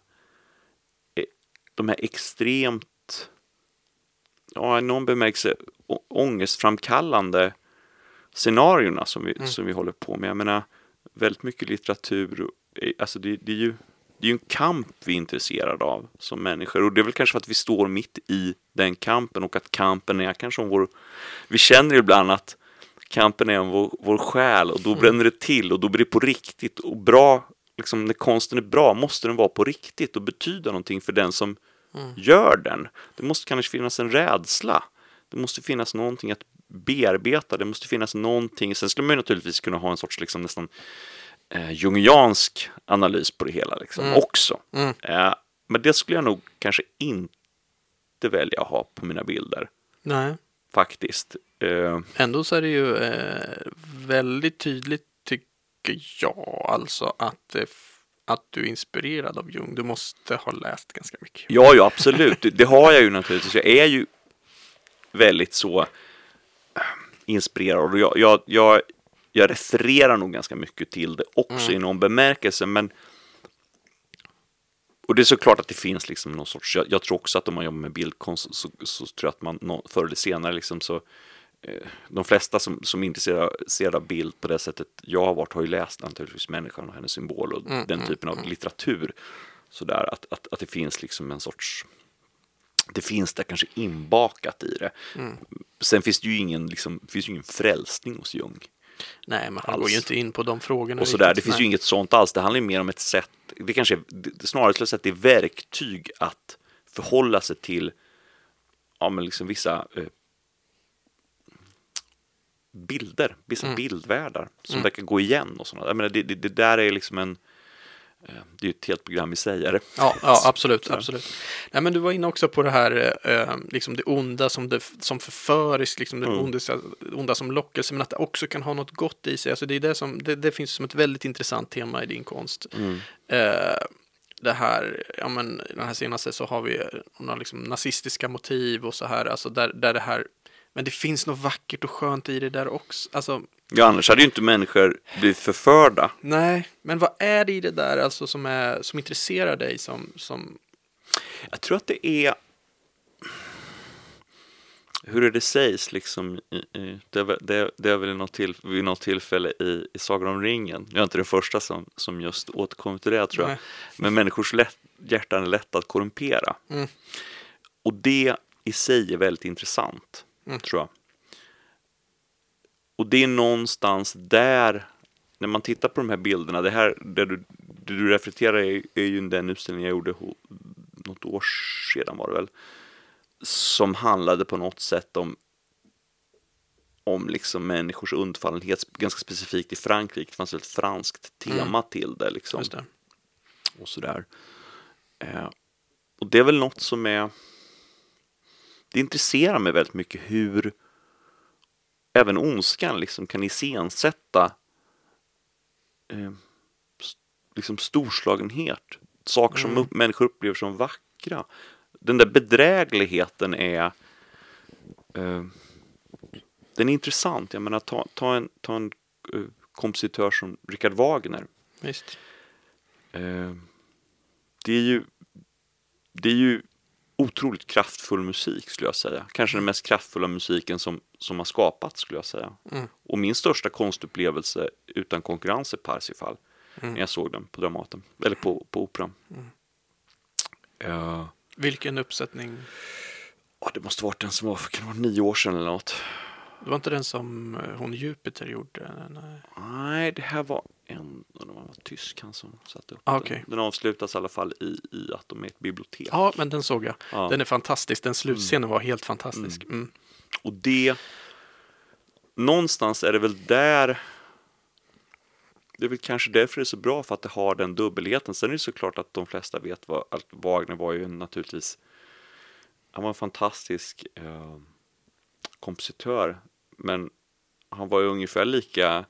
extremt, i någon bemärkelse ångestframkallande scenarierna som vi håller på med. Jag menar, väldigt mycket litteratur, alltså det är ju en kamp vi är intresserade av som människor, och det är väl kanske för att vi står mitt i den kampen, och att kampen är kanske om vi känner ibland att kampen är om vår själ, och då bränner det till, och då blir det på riktigt, och bra, liksom, när konsten är bra måste den vara på riktigt och betyda någonting för den som gör den. Det måste kanske finnas en rädsla, det måste finnas någonting att bearbeta, det måste finnas någonting. Sen skulle man naturligtvis kunna ha en sorts liksom nästan jungiansk analys på det hela liksom, också. Men det skulle jag nog kanske inte välja att ha på mina bilder. Nej. Faktiskt. Ändå så är det ju väldigt tydligt, tycker jag, alltså att du är inspirerad av Jung. Du måste ha läst ganska mycket. Ja, absolut. Det har jag ju naturligtvis. Jag är ju väldigt så inspirerad. Och jag refererar nog ganska mycket till det också i någon bemärkelse. Och det är såklart att det finns liksom någon sorts... Jag tror också att om man jobbar med bildkonst så tror jag att man förr eller senare liksom så... De flesta som är intresserade av bild på det sättet jag har varit har ju läst naturligtvis Människan och hennes symbol och den typen av litteratur. Så där att det finns liksom en sorts... Det finns där kanske inbakat i det. Sen finns det ju ingen frälsning hos Jung. Nej, men han går ju inte in på de frågorna. Och så där, det finns ju inget sånt alls. Det handlar ju mer om ett sätt, det kanske snarare skulle säga att det är verktyg att förhålla sig till men liksom vissa bilder, vissa bildvärldar som verkar gå igen och sådana. Jag menar, det där är liksom det är ju ett helt program i sig, är det? Ja, absolut. Nej, men du var inne också på det här liksom det onda som förföriskt, liksom det onda som lockelse, men att det också kan ha något gott i sig. Alltså det är det som det finns som ett väldigt intressant tema i din konst. Det här, den här senaste så har vi några liksom nazistiska motiv och så här, alltså där det här, men det finns något vackert och skönt i det där också. Alltså, ja, annars hade ju inte människor blivit förförda. Nej, men vad är det i det där alltså som intresserar dig som... Jag tror att det är... hur är det sägs liksom det är väl vid något tillfälle i Sagan om ringen. Jag är inte den första som just återkommer till det, tror jag. Nej. Men människors hjärtan är lätt att korrumpera. Och det i sig är väldigt intressant, tror jag. Och det är någonstans där, när man tittar på de här bilderna, det här det du reflekterar är ju den utställning jag gjorde något år sedan, var det väl, som handlade på något sätt om liksom människors undfallenhet, ganska specifikt i Frankrike. Det fanns ett franskt tema till det liksom. Just det. Och sådär. Och det är väl något som det intresserar mig väldigt mycket, hur även ondskan liksom kan iscensätta liksom storslagenhet, saker som människor upplever som vackra. Den där bedrägligheten den är intressant. Jag menar, ta en kompositör som Richard Wagner. Visst. Det är ju otroligt kraftfull musik, skulle jag säga. Kanske den mest kraftfulla musiken som har skapats, skulle jag säga. Och min största konstupplevelse utan konkurrens är Parsifal. När jag såg den på Dramaten, eller på Operan. Vilken uppsättning? Det måste varit den som var 9 år sedan eller något. Det var inte den som hon Jupiter gjorde? Nej, det här var det var tysk han som satte upp okay. den. Den avslutas i alla fall i att de är ett bibliotek. Ja, men den såg jag. Ja. Den är fantastisk. Den slutscenen var helt fantastisk. Och det, någonstans är det väl där, det är väl kanske därför det är så bra, för att det har den dubbelheten. Sen är det såklart att de flesta vet att Wagner var ju naturligtvis, han var en fantastisk kompositör, men han var ju ungefär lika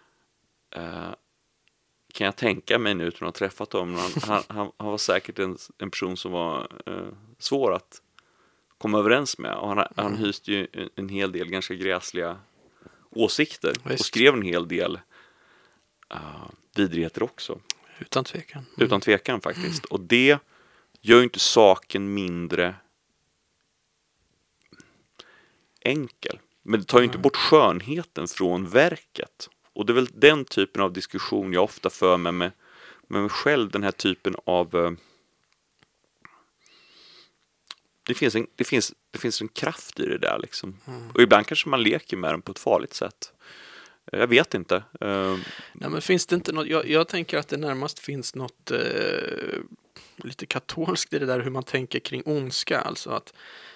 kan jag tänka mig nu utan att ha träffat honom. Han var säkert en person som var svår att komma överens med, och han hyste ju en hel del ganska gräsliga åsikter. Visst. Och skrev en hel del vidrigheter också. Utan tvekan. Utan tvekan faktiskt. Och det gör ju inte saken mindre enkel. Men det tar ju inte bort skönheten från verket. Och det är väl den typen av diskussion jag ofta för med mig själv. Den här typen av det finns en kraft i det där liksom. Och ibland kanske man leker med den på ett farligt sätt. Jag vet inte. Nej, men finns det inte något, jag tänker att det närmast finns något lite katolskt i det där, hur man tänker kring ondska. Alltså att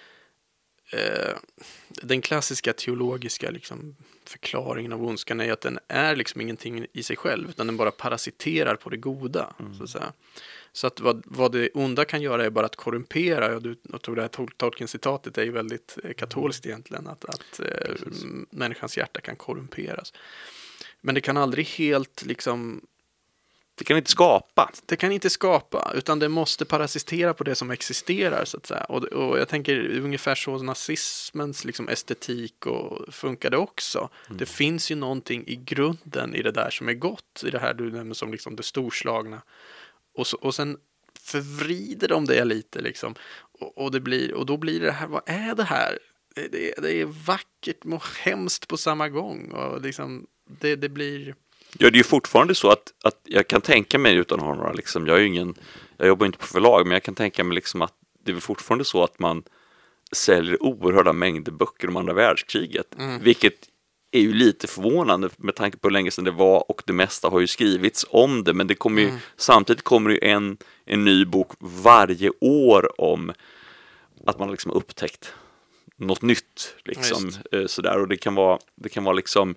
den klassiska teologiska liksom förklaringen av ondskan är att den är liksom ingenting i sig själv, utan den bara parasiterar på det goda, så att säga. Så att vad det onda kan göra är bara att korrumpera. Jag tror det här Tolkien-citatet är ju väldigt katolskt egentligen, att människans hjärta kan korrumperas. Men det kan aldrig helt liksom, det kan inte skapa. Det kan inte skapa, utan det måste parasitera på det som existerar, så att säga. Och jag tänker ungefär så nazismens liksom estetik och funkade också. Det finns ju någonting i grunden i det där som är gott, i det här du nämner som liksom det storslagna. Och sen förvrider de det lite liksom. Och då blir det här, vad är det här? Det är vackert och hemskt på samma gång. Och liksom, det blir... Ja, det är ju fortfarande så att jag kan tänka mig, utan att ha några liksom, jag jobbar inte på förlag, men jag kan tänka mig liksom att det är fortfarande så att man säljer oerhörda mängder böcker om andra världskriget, vilket är ju lite förvånande med tanke på hur länge sedan det var, och det mesta har ju skrivits om det, men det kommer ju, samtidigt kommer det ju en ny bok varje år om att man liksom upptäckt något nytt liksom, sådär, och det kan vara liksom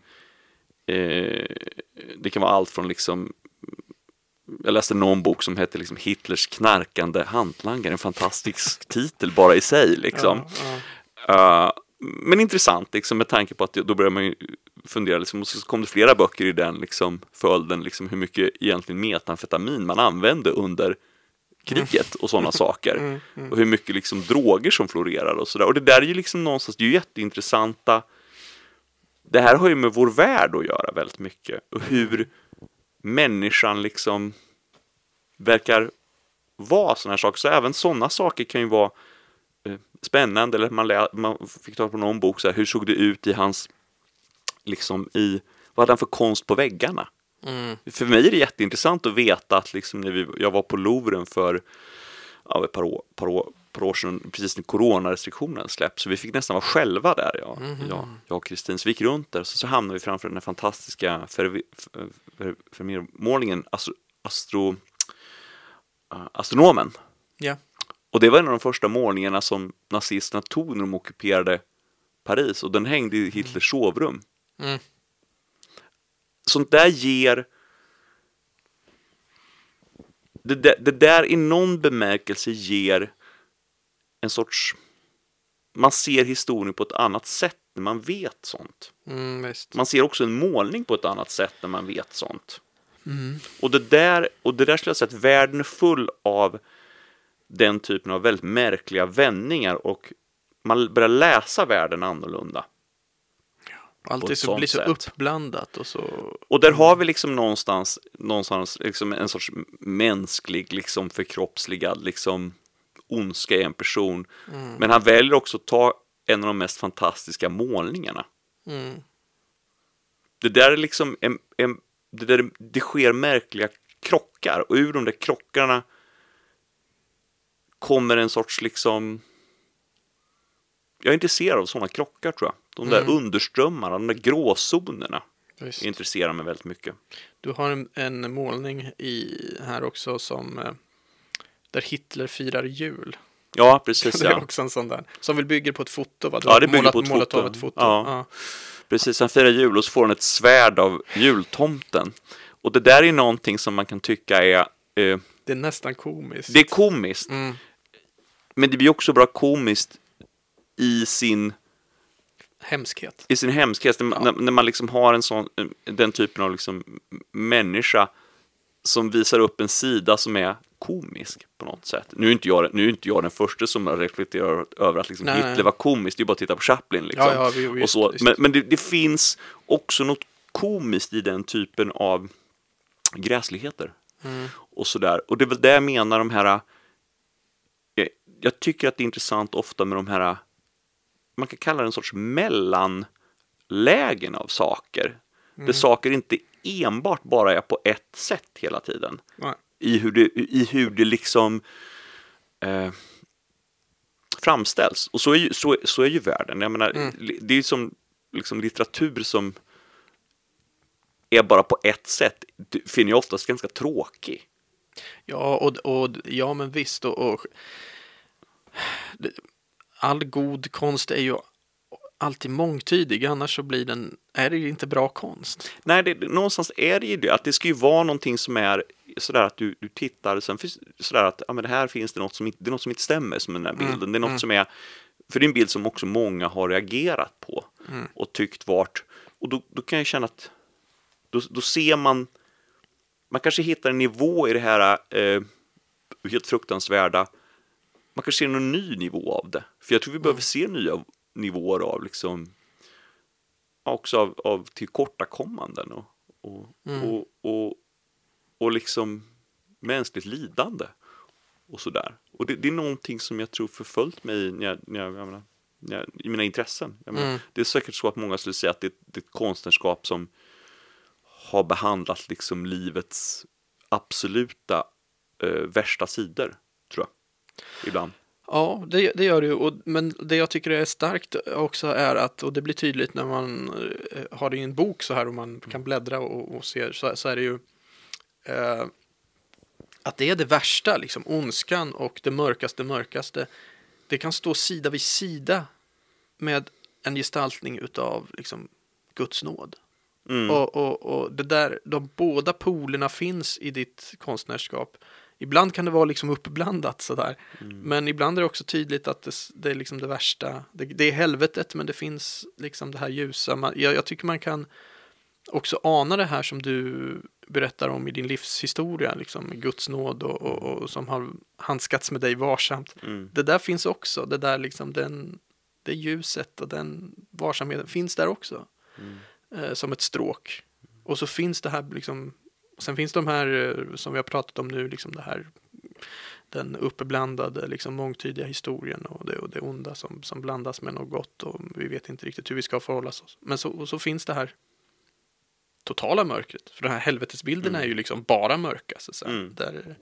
det kan vara allt från liksom, jag läste någon bok som heter liksom Hitlers knarkande hantlangare, en fantastisk titel bara i sig liksom. Men intressant liksom, med tanke på att då börjar man ju fundera liksom, och så kom det flera böcker i den liksom följden liksom, hur mycket egentligen metamfetamin man använde under kriget och sådana saker, och hur mycket liksom droger som florerar och sådär, och det där är ju liksom någonstans, det är ju jätteintressanta. Det här har ju med vår värld att göra väldigt mycket, och hur människan liksom verkar vara sådana här saker. Så även sådana saker kan ju vara spännande, eller man fick ta på någon bok så här, hur såg det ut i hans, liksom vad hade han för konst på väggarna? För mig är det jätteintressant att veta att liksom när jag var på Louvren för ett par år sedan, precis när coronarestriktionen släpptes, så vi fick nästan vara själva där, jag och Kristin, så vi gick runt där, så hamnade vi framför den här fantastiska Vermeer-målningen Astronomen. Ja. Och det var en av de första målningarna som nazisterna tog när de ockuperade Paris, och den hängde i Hitlers sovrum. Sånt där ger det där i någon bemärkelse ger en sorts, man ser historien på ett annat sätt när man vet sånt. Visst. Man ser också en målning på ett annat sätt när man vet sånt. Och det där skulle jag säga att världen är full av den typen av väldigt märkliga vändningar, och man börjar läsa världen annorlunda. Allt blir så uppblandat och så. Och där har vi liksom någonstans liksom en sorts mänsklig, liksom förkroppsligad, liksom ondska i en person. Men han väljer också att ta en av de mest fantastiska målningarna. Det där är liksom det sker märkliga krockar, och ur de där krockarna kommer en sorts liksom, jag är intresserad av sådana krockar, tror jag. De där underströmmarna, de där gråzonerna. Visst. Intresserar mig väldigt mycket. Du har en målning här också som där Hitler firar jul. Ja, precis. Det är också en sån där. Som vill bygga på ett foto, va? Ja, det bygger på ett foto. Av ett foto. Ja. Precis, han firar jul och så får han ett svärd av jultomten. Och det där är någonting som man kan tycka är... det är nästan komiskt. Det är komiskt. Men det blir också bra komiskt i sin hemskhet. När man liksom har den typen av liksom människa som visar upp en sida som är komisk på något sätt. Nu är inte jag den första som har reflekterat över att liksom Hitler var komisk. Det är bara att titta på Chaplin liksom. Och så. Men det finns också något komiskt i den typen av gräsligheter. Och sådär. Och det är väl det jag menar, de här... Jag tycker att det är intressant ofta med de här, man kan kalla det en sorts mellanlägen av saker. Där saker inte enbart bara är på ett sätt hela tiden. I hur det liksom framställs. Och så är ju världen. Jag menar, det är som liksom litteratur som är bara på ett sätt, finner jag oftast ganska tråkig. Ja, ja, men visst. Och all god konst är ju alltid mångtydig, annars så är det ju inte bra konst. Nej, någonstans är det ju det, att det ska ju vara någonting som är sådär att du tittar, sen sådär att men det här finns det något som inte stämmer som den här bilden. Det är något som är, för det är en bild som också många har reagerat på och tyckt vart, och då kan jag känna att då ser man kanske hittar en nivå i det här helt fruktansvärda. Man kanske ser någon ny nivå av det. För jag tror vi behöver se nya nivåer av liksom, också av tillkortakommanden och liksom mänskligt lidande och sådär. Och det är någonting som jag tror förföljt mig i mina intressen. Det är säkert så att många skulle säga att det är ett konstnärskap som har behandlat liksom livets absoluta värsta sidor, tror jag. Ibland. Ja, det gör det. Men det jag tycker är starkt också är att, och det blir tydligt när man har det i en bok så här och man kan bläddra och se, så är det ju att det är det värsta, liksom ondskan och det mörkaste. Det kan stå sida vid sida med en gestaltning utav liksom Guds nåd. Och det där, de båda polerna finns i ditt konstnärskap. Ibland kan det vara liksom uppblandat sådär. Men ibland är det också tydligt att det är liksom det värsta. Det är helvetet, men det finns liksom det här ljusa. Jag tycker man kan också ana det här som du berättar om i din livshistoria. Liksom Guds nåd och som har handskats med dig varsamt. Det där finns också. Det där liksom det ljuset och den varsamheten finns där också. Som ett stråk. Och så finns det här liksom. Sen finns de här som vi har pratat om nu, liksom det den uppblandade liksom mångtydiga historien och det onda som blandas med något gott, och vi vet inte riktigt hur vi ska förhålla oss. Men så finns det här totala mörkret. För den här helvetesbilden är ju liksom bara mörka. Så där,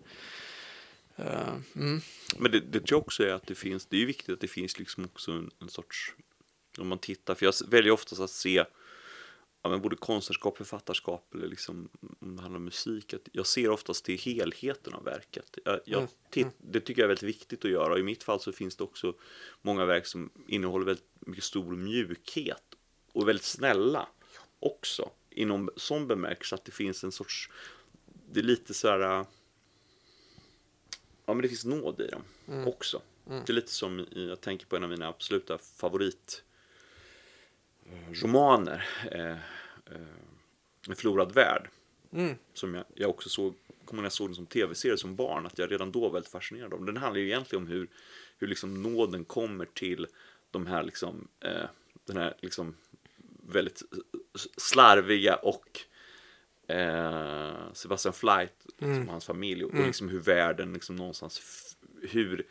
Men det tror jag också är att det finns, det är ju viktigt att det finns liksom också en sorts, om man tittar, för jag väljer oftast att se både konstnärskap, författarskap eller liksom, om det handlar om musik, att jag ser oftast till helheten av verket. Det tycker jag är väldigt viktigt att göra, och i mitt fall så finns det också många verk som innehåller väldigt mycket stor mjukhet och väldigt snälla också, inom sån bemärkelse att det finns en sorts, det är lite så här, men det finns nåd i dem också. Det är lite som jag tänker på en av mina absoluta favoritromaner, En förlorad värld, som jag också såg, när jag såg den som tv-serie som barn, att jag redan då var väldigt fascinerad av. Den handlar ju egentligen om hur liksom nåden kommer till de här liksom, den här liksom väldigt slarviga och Sebastian Flight, liksom hans familj, och liksom hur världen liksom någonstans, hur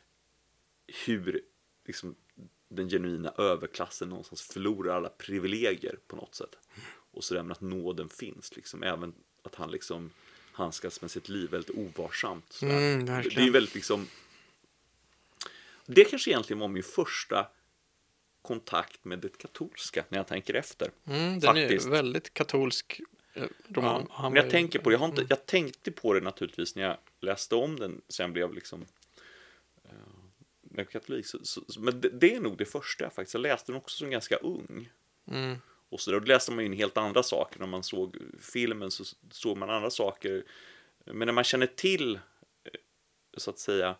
liksom den genuina överklassen någonstans förlorar alla privilegier på något sätt. Och så där, men att nåden finns liksom, även att han liksom handskas med sitt liv väldigt ovarsamt. Det är väldigt liksom, det kanske egentligen var min första kontakt med det katolska, när jag tänker efter. Den är väldigt katolsk roman. Ja, men jag tänker på det. Jag tänkte på det naturligtvis när jag läste om den, sen blev liksom katolik. Men det är nog det första jag faktiskt. Jag läste den också som ganska ung. Och så där, då läste man ju en helt andra saker. När man såg filmen så såg man andra saker. Men när man känner till så att säga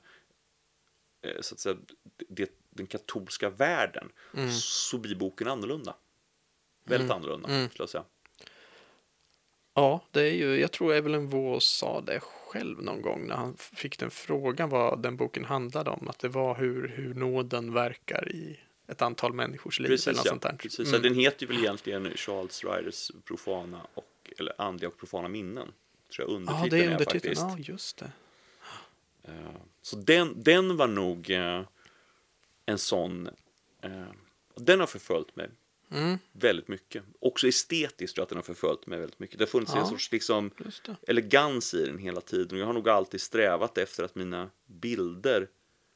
den katolska världen, så blir boken annorlunda. Väldigt annorlunda, skulle jag säga. Ja, det är ju, jag tror Evelyn Waugh sa det själv någon gång när han fick den frågan vad den boken handlade om, att det var hur nåden verkar i ett antal människors liv. Precis, eller något sånt där. Precis. Så den heter ju väl egentligen Charles Ryders profana eller andliga och profana minnen, tror jag undertiteln det är är undertiteln. faktiskt. Ja, just det. Så den var nog en sån, den har förföljt mig väldigt mycket. Också estetiskt tror jag att den har förföljt mig väldigt mycket. Det har funnits en sorts liksom elegans i den hela tiden. Och jag har nog alltid strävat efter att mina bilder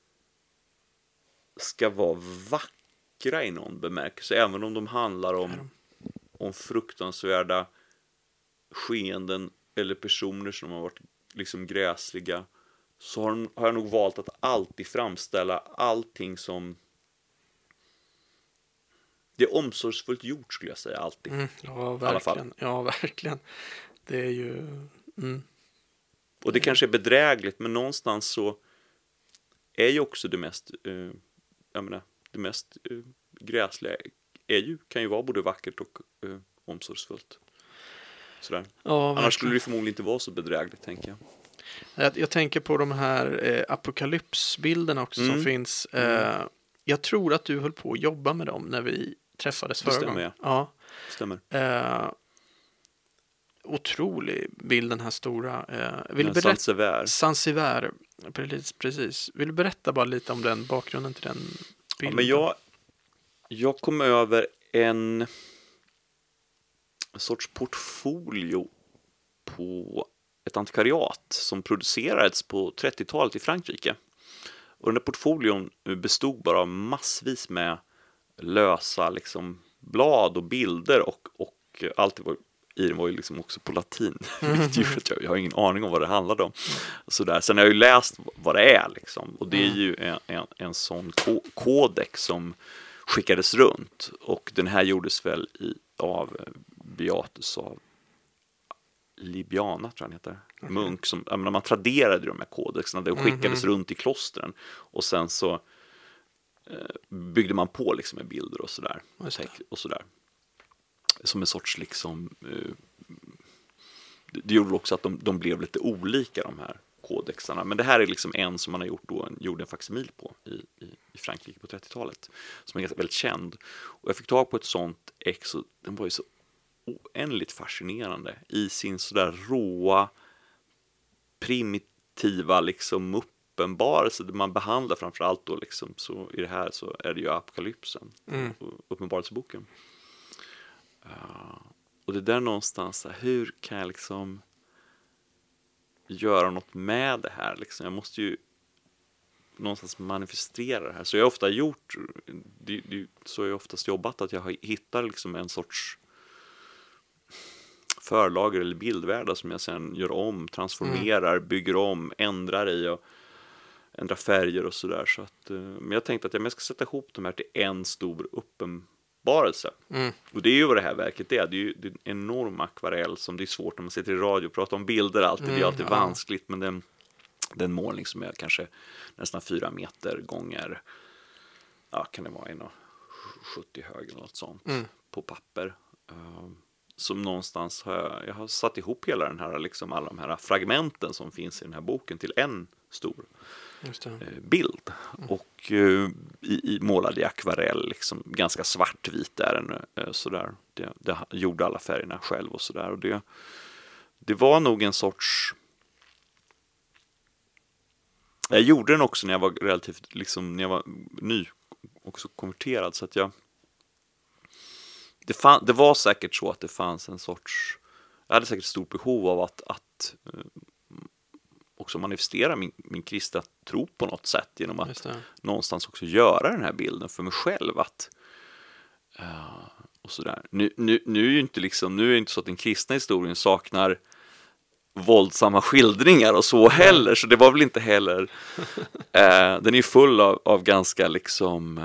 ska vara vackra i någon bemärkelse. Även om de handlar om fruktansvärda skeenden eller personer som har varit liksom gräsliga, så har jag nog valt att alltid framställa allting som det är omsorgsfullt gjort, skulle jag säga, alltid. Ja, verkligen. I alla fall. Ja, verkligen. Det är ju... Och det kanske är bedrägligt, men någonstans så är ju också det mest det mest gräsliga kan ju vara både vackert och omsorgsfullt. Sådär. Ja, annars skulle det förmodligen inte vara så bedrägligt, tänker jag. Jag tänker på de här apokalypsbilderna också som finns. Jag tror att du höll på att jobba med dem när vi träffades förra gången. Ja. Stämmer. Otrolig bild, den här stora. Zanzibar. Precis. Vill du berätta bara lite om den bakgrunden till den bilden? Ja, men jag kom över en sorts portfolio på ett antikvariat som producerades på 30-talet i Frankrike. Och den där portfolion bestod bara av massvis med lösa liksom blad och bilder, och allt i den var ju liksom också på latin. Jag har ingen aning om vad det handlade om. Sådär. Sen har jag ju läst vad det är liksom. Och det är ju en sån kodex som skickades runt. Och den här gjordes väl av Beatus av Libiana, tror jag han heter. Munk som, man traderade de här kodexerna. Det skickades runt i klostren. Och sen så byggde man på liksom med bilder och sådär. Och sådär. Som en sorts liksom det gjorde också att de blev lite olika, de här kodexarna. Men det här är liksom en som man har gjort en faksimil på i Frankrike på 30-talet, som är väldigt känd. Och jag fick tag på ett sånt ex, och den var ju så oändligt fascinerande i sin sådär råa, primitiva liksom uppenbarelse där man behandlar framförallt då liksom, så i det här så är det ju apokalypsen, uppenbarelseboken. Och det där någonstans, hur kan jag liksom göra något med det här liksom? Jag måste ju någonstans manifestera det här. Så jag har ofta gjort, så har jag oftast jobbat, att jag hittar liksom en sorts förlager eller bildvärldar som jag sen gör om, transformerar, bygger om, ändrar i och ändrar färger och sådär. Så att, men jag tänkte att jag ska sätta ihop de här till en stor uppenbarelse. Och det är ju vad det här verket är. Det är ju en enorm akvarell som det är svårt när man sitter i radio och pratar om bilder alltid. Det är alltid vanskligt, men den målning som är kanske nästan 4 meter gånger, kan det vara 1,70 hög eller något sånt på papper. Som någonstans jag har satt ihop hela den här, liksom alla de här fragmenten som finns i den här boken till en stor bild. Och målad i akvarell, liksom ganska svartvit är den, sådär. Det gjorde alla färgerna själv och sådär. Och det var nog en sorts... Jag gjorde den också när jag var relativt, liksom, när jag var ny, också konverterad, så att det var säkert så att det fanns en sorts... Jag hade säkert stort behov av att också manifestera min kristna tro på något sätt genom att någonstans också göra den här bilden för mig själv. Och sådär. Nu är ju inte liksom, nu är det inte så att den kristna historien saknar våldsamma skildringar och så heller, så det var väl inte heller den är ju full av ganska liksom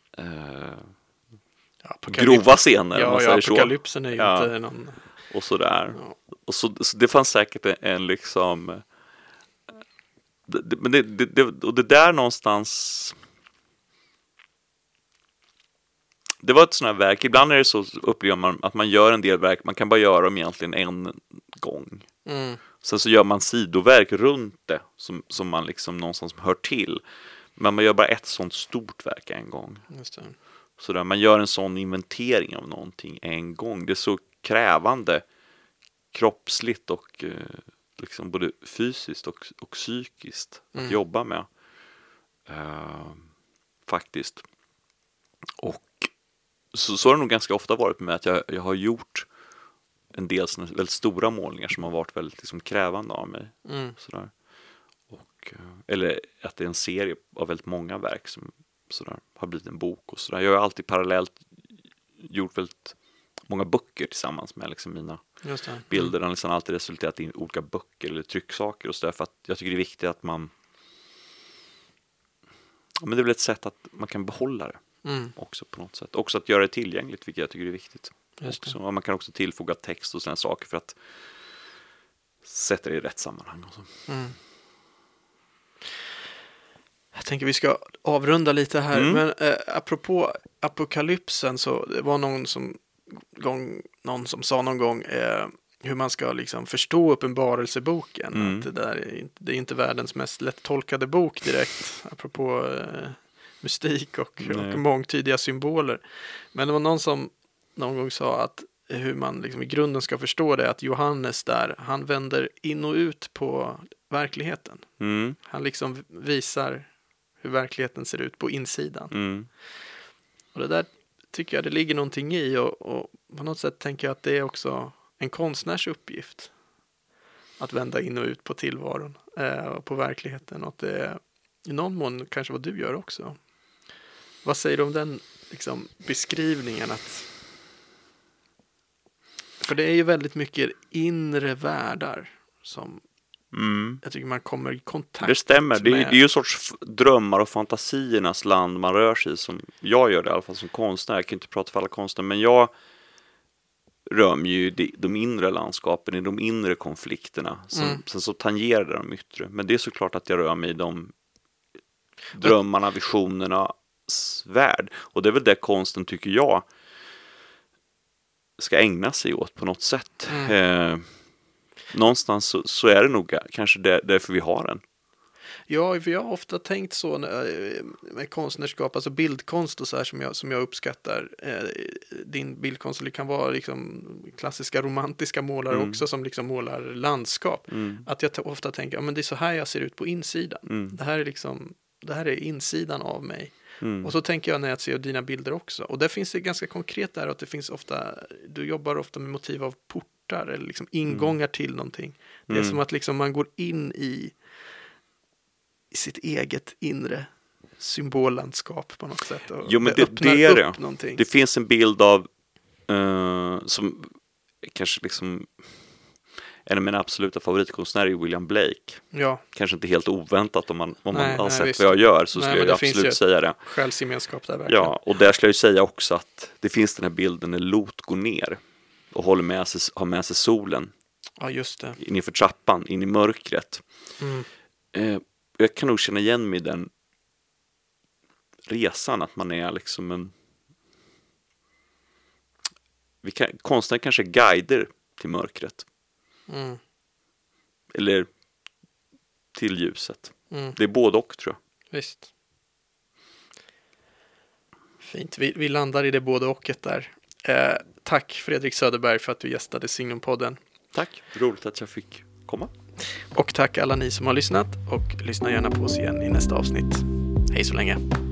grova scener, om man säger så. Apokalypsen är ju inte någon... Och sådär. Och så det fanns säkert en liksom... Men det där någonstans... Det var ett sånt här verk. Ibland är det så, upplever man att man gör en del verk. Man kan bara göra dem egentligen en gång. Sen så gör man sidoverk runt det. Som man liksom någonstans hör till. Men man gör bara ett sånt stort verk en gång. Just det. Så där, man gör en sån inventering av någonting en gång. Det är så krävande, kroppsligt och liksom både fysiskt och psykiskt att jobba med. Faktiskt. Och så har det nog ganska ofta varit med att jag har gjort en del såna väldigt stora målningar som har varit väldigt liksom krävande av mig. Sådär. Och, eller att det är en serie av väldigt många verk som sådär, har blivit en bok och sådär. Jag har alltid parallellt gjort väldigt många böcker tillsammans med liksom mina bilder. Den har liksom alltid resulterat i olika böcker eller trycksaker och sådär, för att jag tycker det är viktigt att man... Men det är väl ett sätt att man kan behålla det också på något sätt. Också att göra det tillgängligt, vilket jag tycker är viktigt. Och man kan också tillfoga text och sådana saker för att sätta det i rätt sammanhang. Och så. Jag tänker vi ska avrunda lite här. Men apropå apokalypsen, så det var någon som sa någon gång hur man ska liksom förstå uppenbarelseboken. Att det är inte världens mest lättolkade bok direkt. Apropå mystik och mångtydiga symboler. Men det var någon som någon gång sa att hur man liksom i grunden ska förstå det, att Johannes där, han vänder in och ut på verkligheten. Han liksom visar hur verkligheten ser ut på insidan. Och det där tycker jag det ligger någonting i, och på något sätt tänker jag att det är också en konstnärs uppgift att vända in och ut på tillvaron och på verkligheten, och att det är i någon mån kanske vad du gör också. Vad säger du om den liksom beskrivningen? För det är ju väldigt mycket inre världar som jag tycker man kommer i kontakt med. Det stämmer, det är ju en sorts drömmar och fantasiernas land man rör sig i, som jag gör det i alla fall som konstnär. Jag kan inte prata för alla konstnärer, men jag rör mig ju i de inre landskapen, i de inre konflikterna. Sen så tangerar det de yttre. Men det är såklart att jag rör mig i de drömmarna, visionerna, värld. Och det är väl det konsten, tycker jag, ska ägna sig åt på något sätt. Någonstans så är det nog kanske därför vi har den. Ja, för jag har ofta tänkt så med konstnärskap, alltså bildkonst och så här som jag uppskattar. Din bildkonst, det kan vara liksom klassiska romantiska målare också som liksom målar landskap. Att jag ofta tänker, ja men det är så här jag ser ut på insidan. Det här är insidan av mig. Och så tänker jag när jag ser dina bilder också. Och där finns det ganska konkret där att det finns ofta, du jobbar ofta med motiv av portar eller liksom ingångar till någonting. Det är som att liksom man går in i sitt eget inre symbollandskap på något sätt. Och jo, men det öppnar upp någonting. Det finns en bild av som kanske liksom en av mina absoluta favoritkonstnärer är William Blake. Ja. Kanske inte helt oväntat om man har sett visst. vad jag gör, så skulle jag absolut säga det. Själsgemenskap där verkligen. Ja, och där skulle jag ju säga också att det finns den här bilden när Lot går ner och har med sig solen. Ja, just det. In för trappan, in i mörkret. Jag kan nog känna igen mig i den resan, att man är liksom konstnärer kanske är guider till mörkret. Eller till ljuset. Det är både och, tror jag. Visst. Fint. Vi landar i det både och där. Tack Fredrik Söderberg för att du gästade Signumpodden. Tack, roligt att jag fick komma. Och tack alla ni som har lyssnat, och lyssna gärna på oss igen i nästa avsnitt. Hej så länge.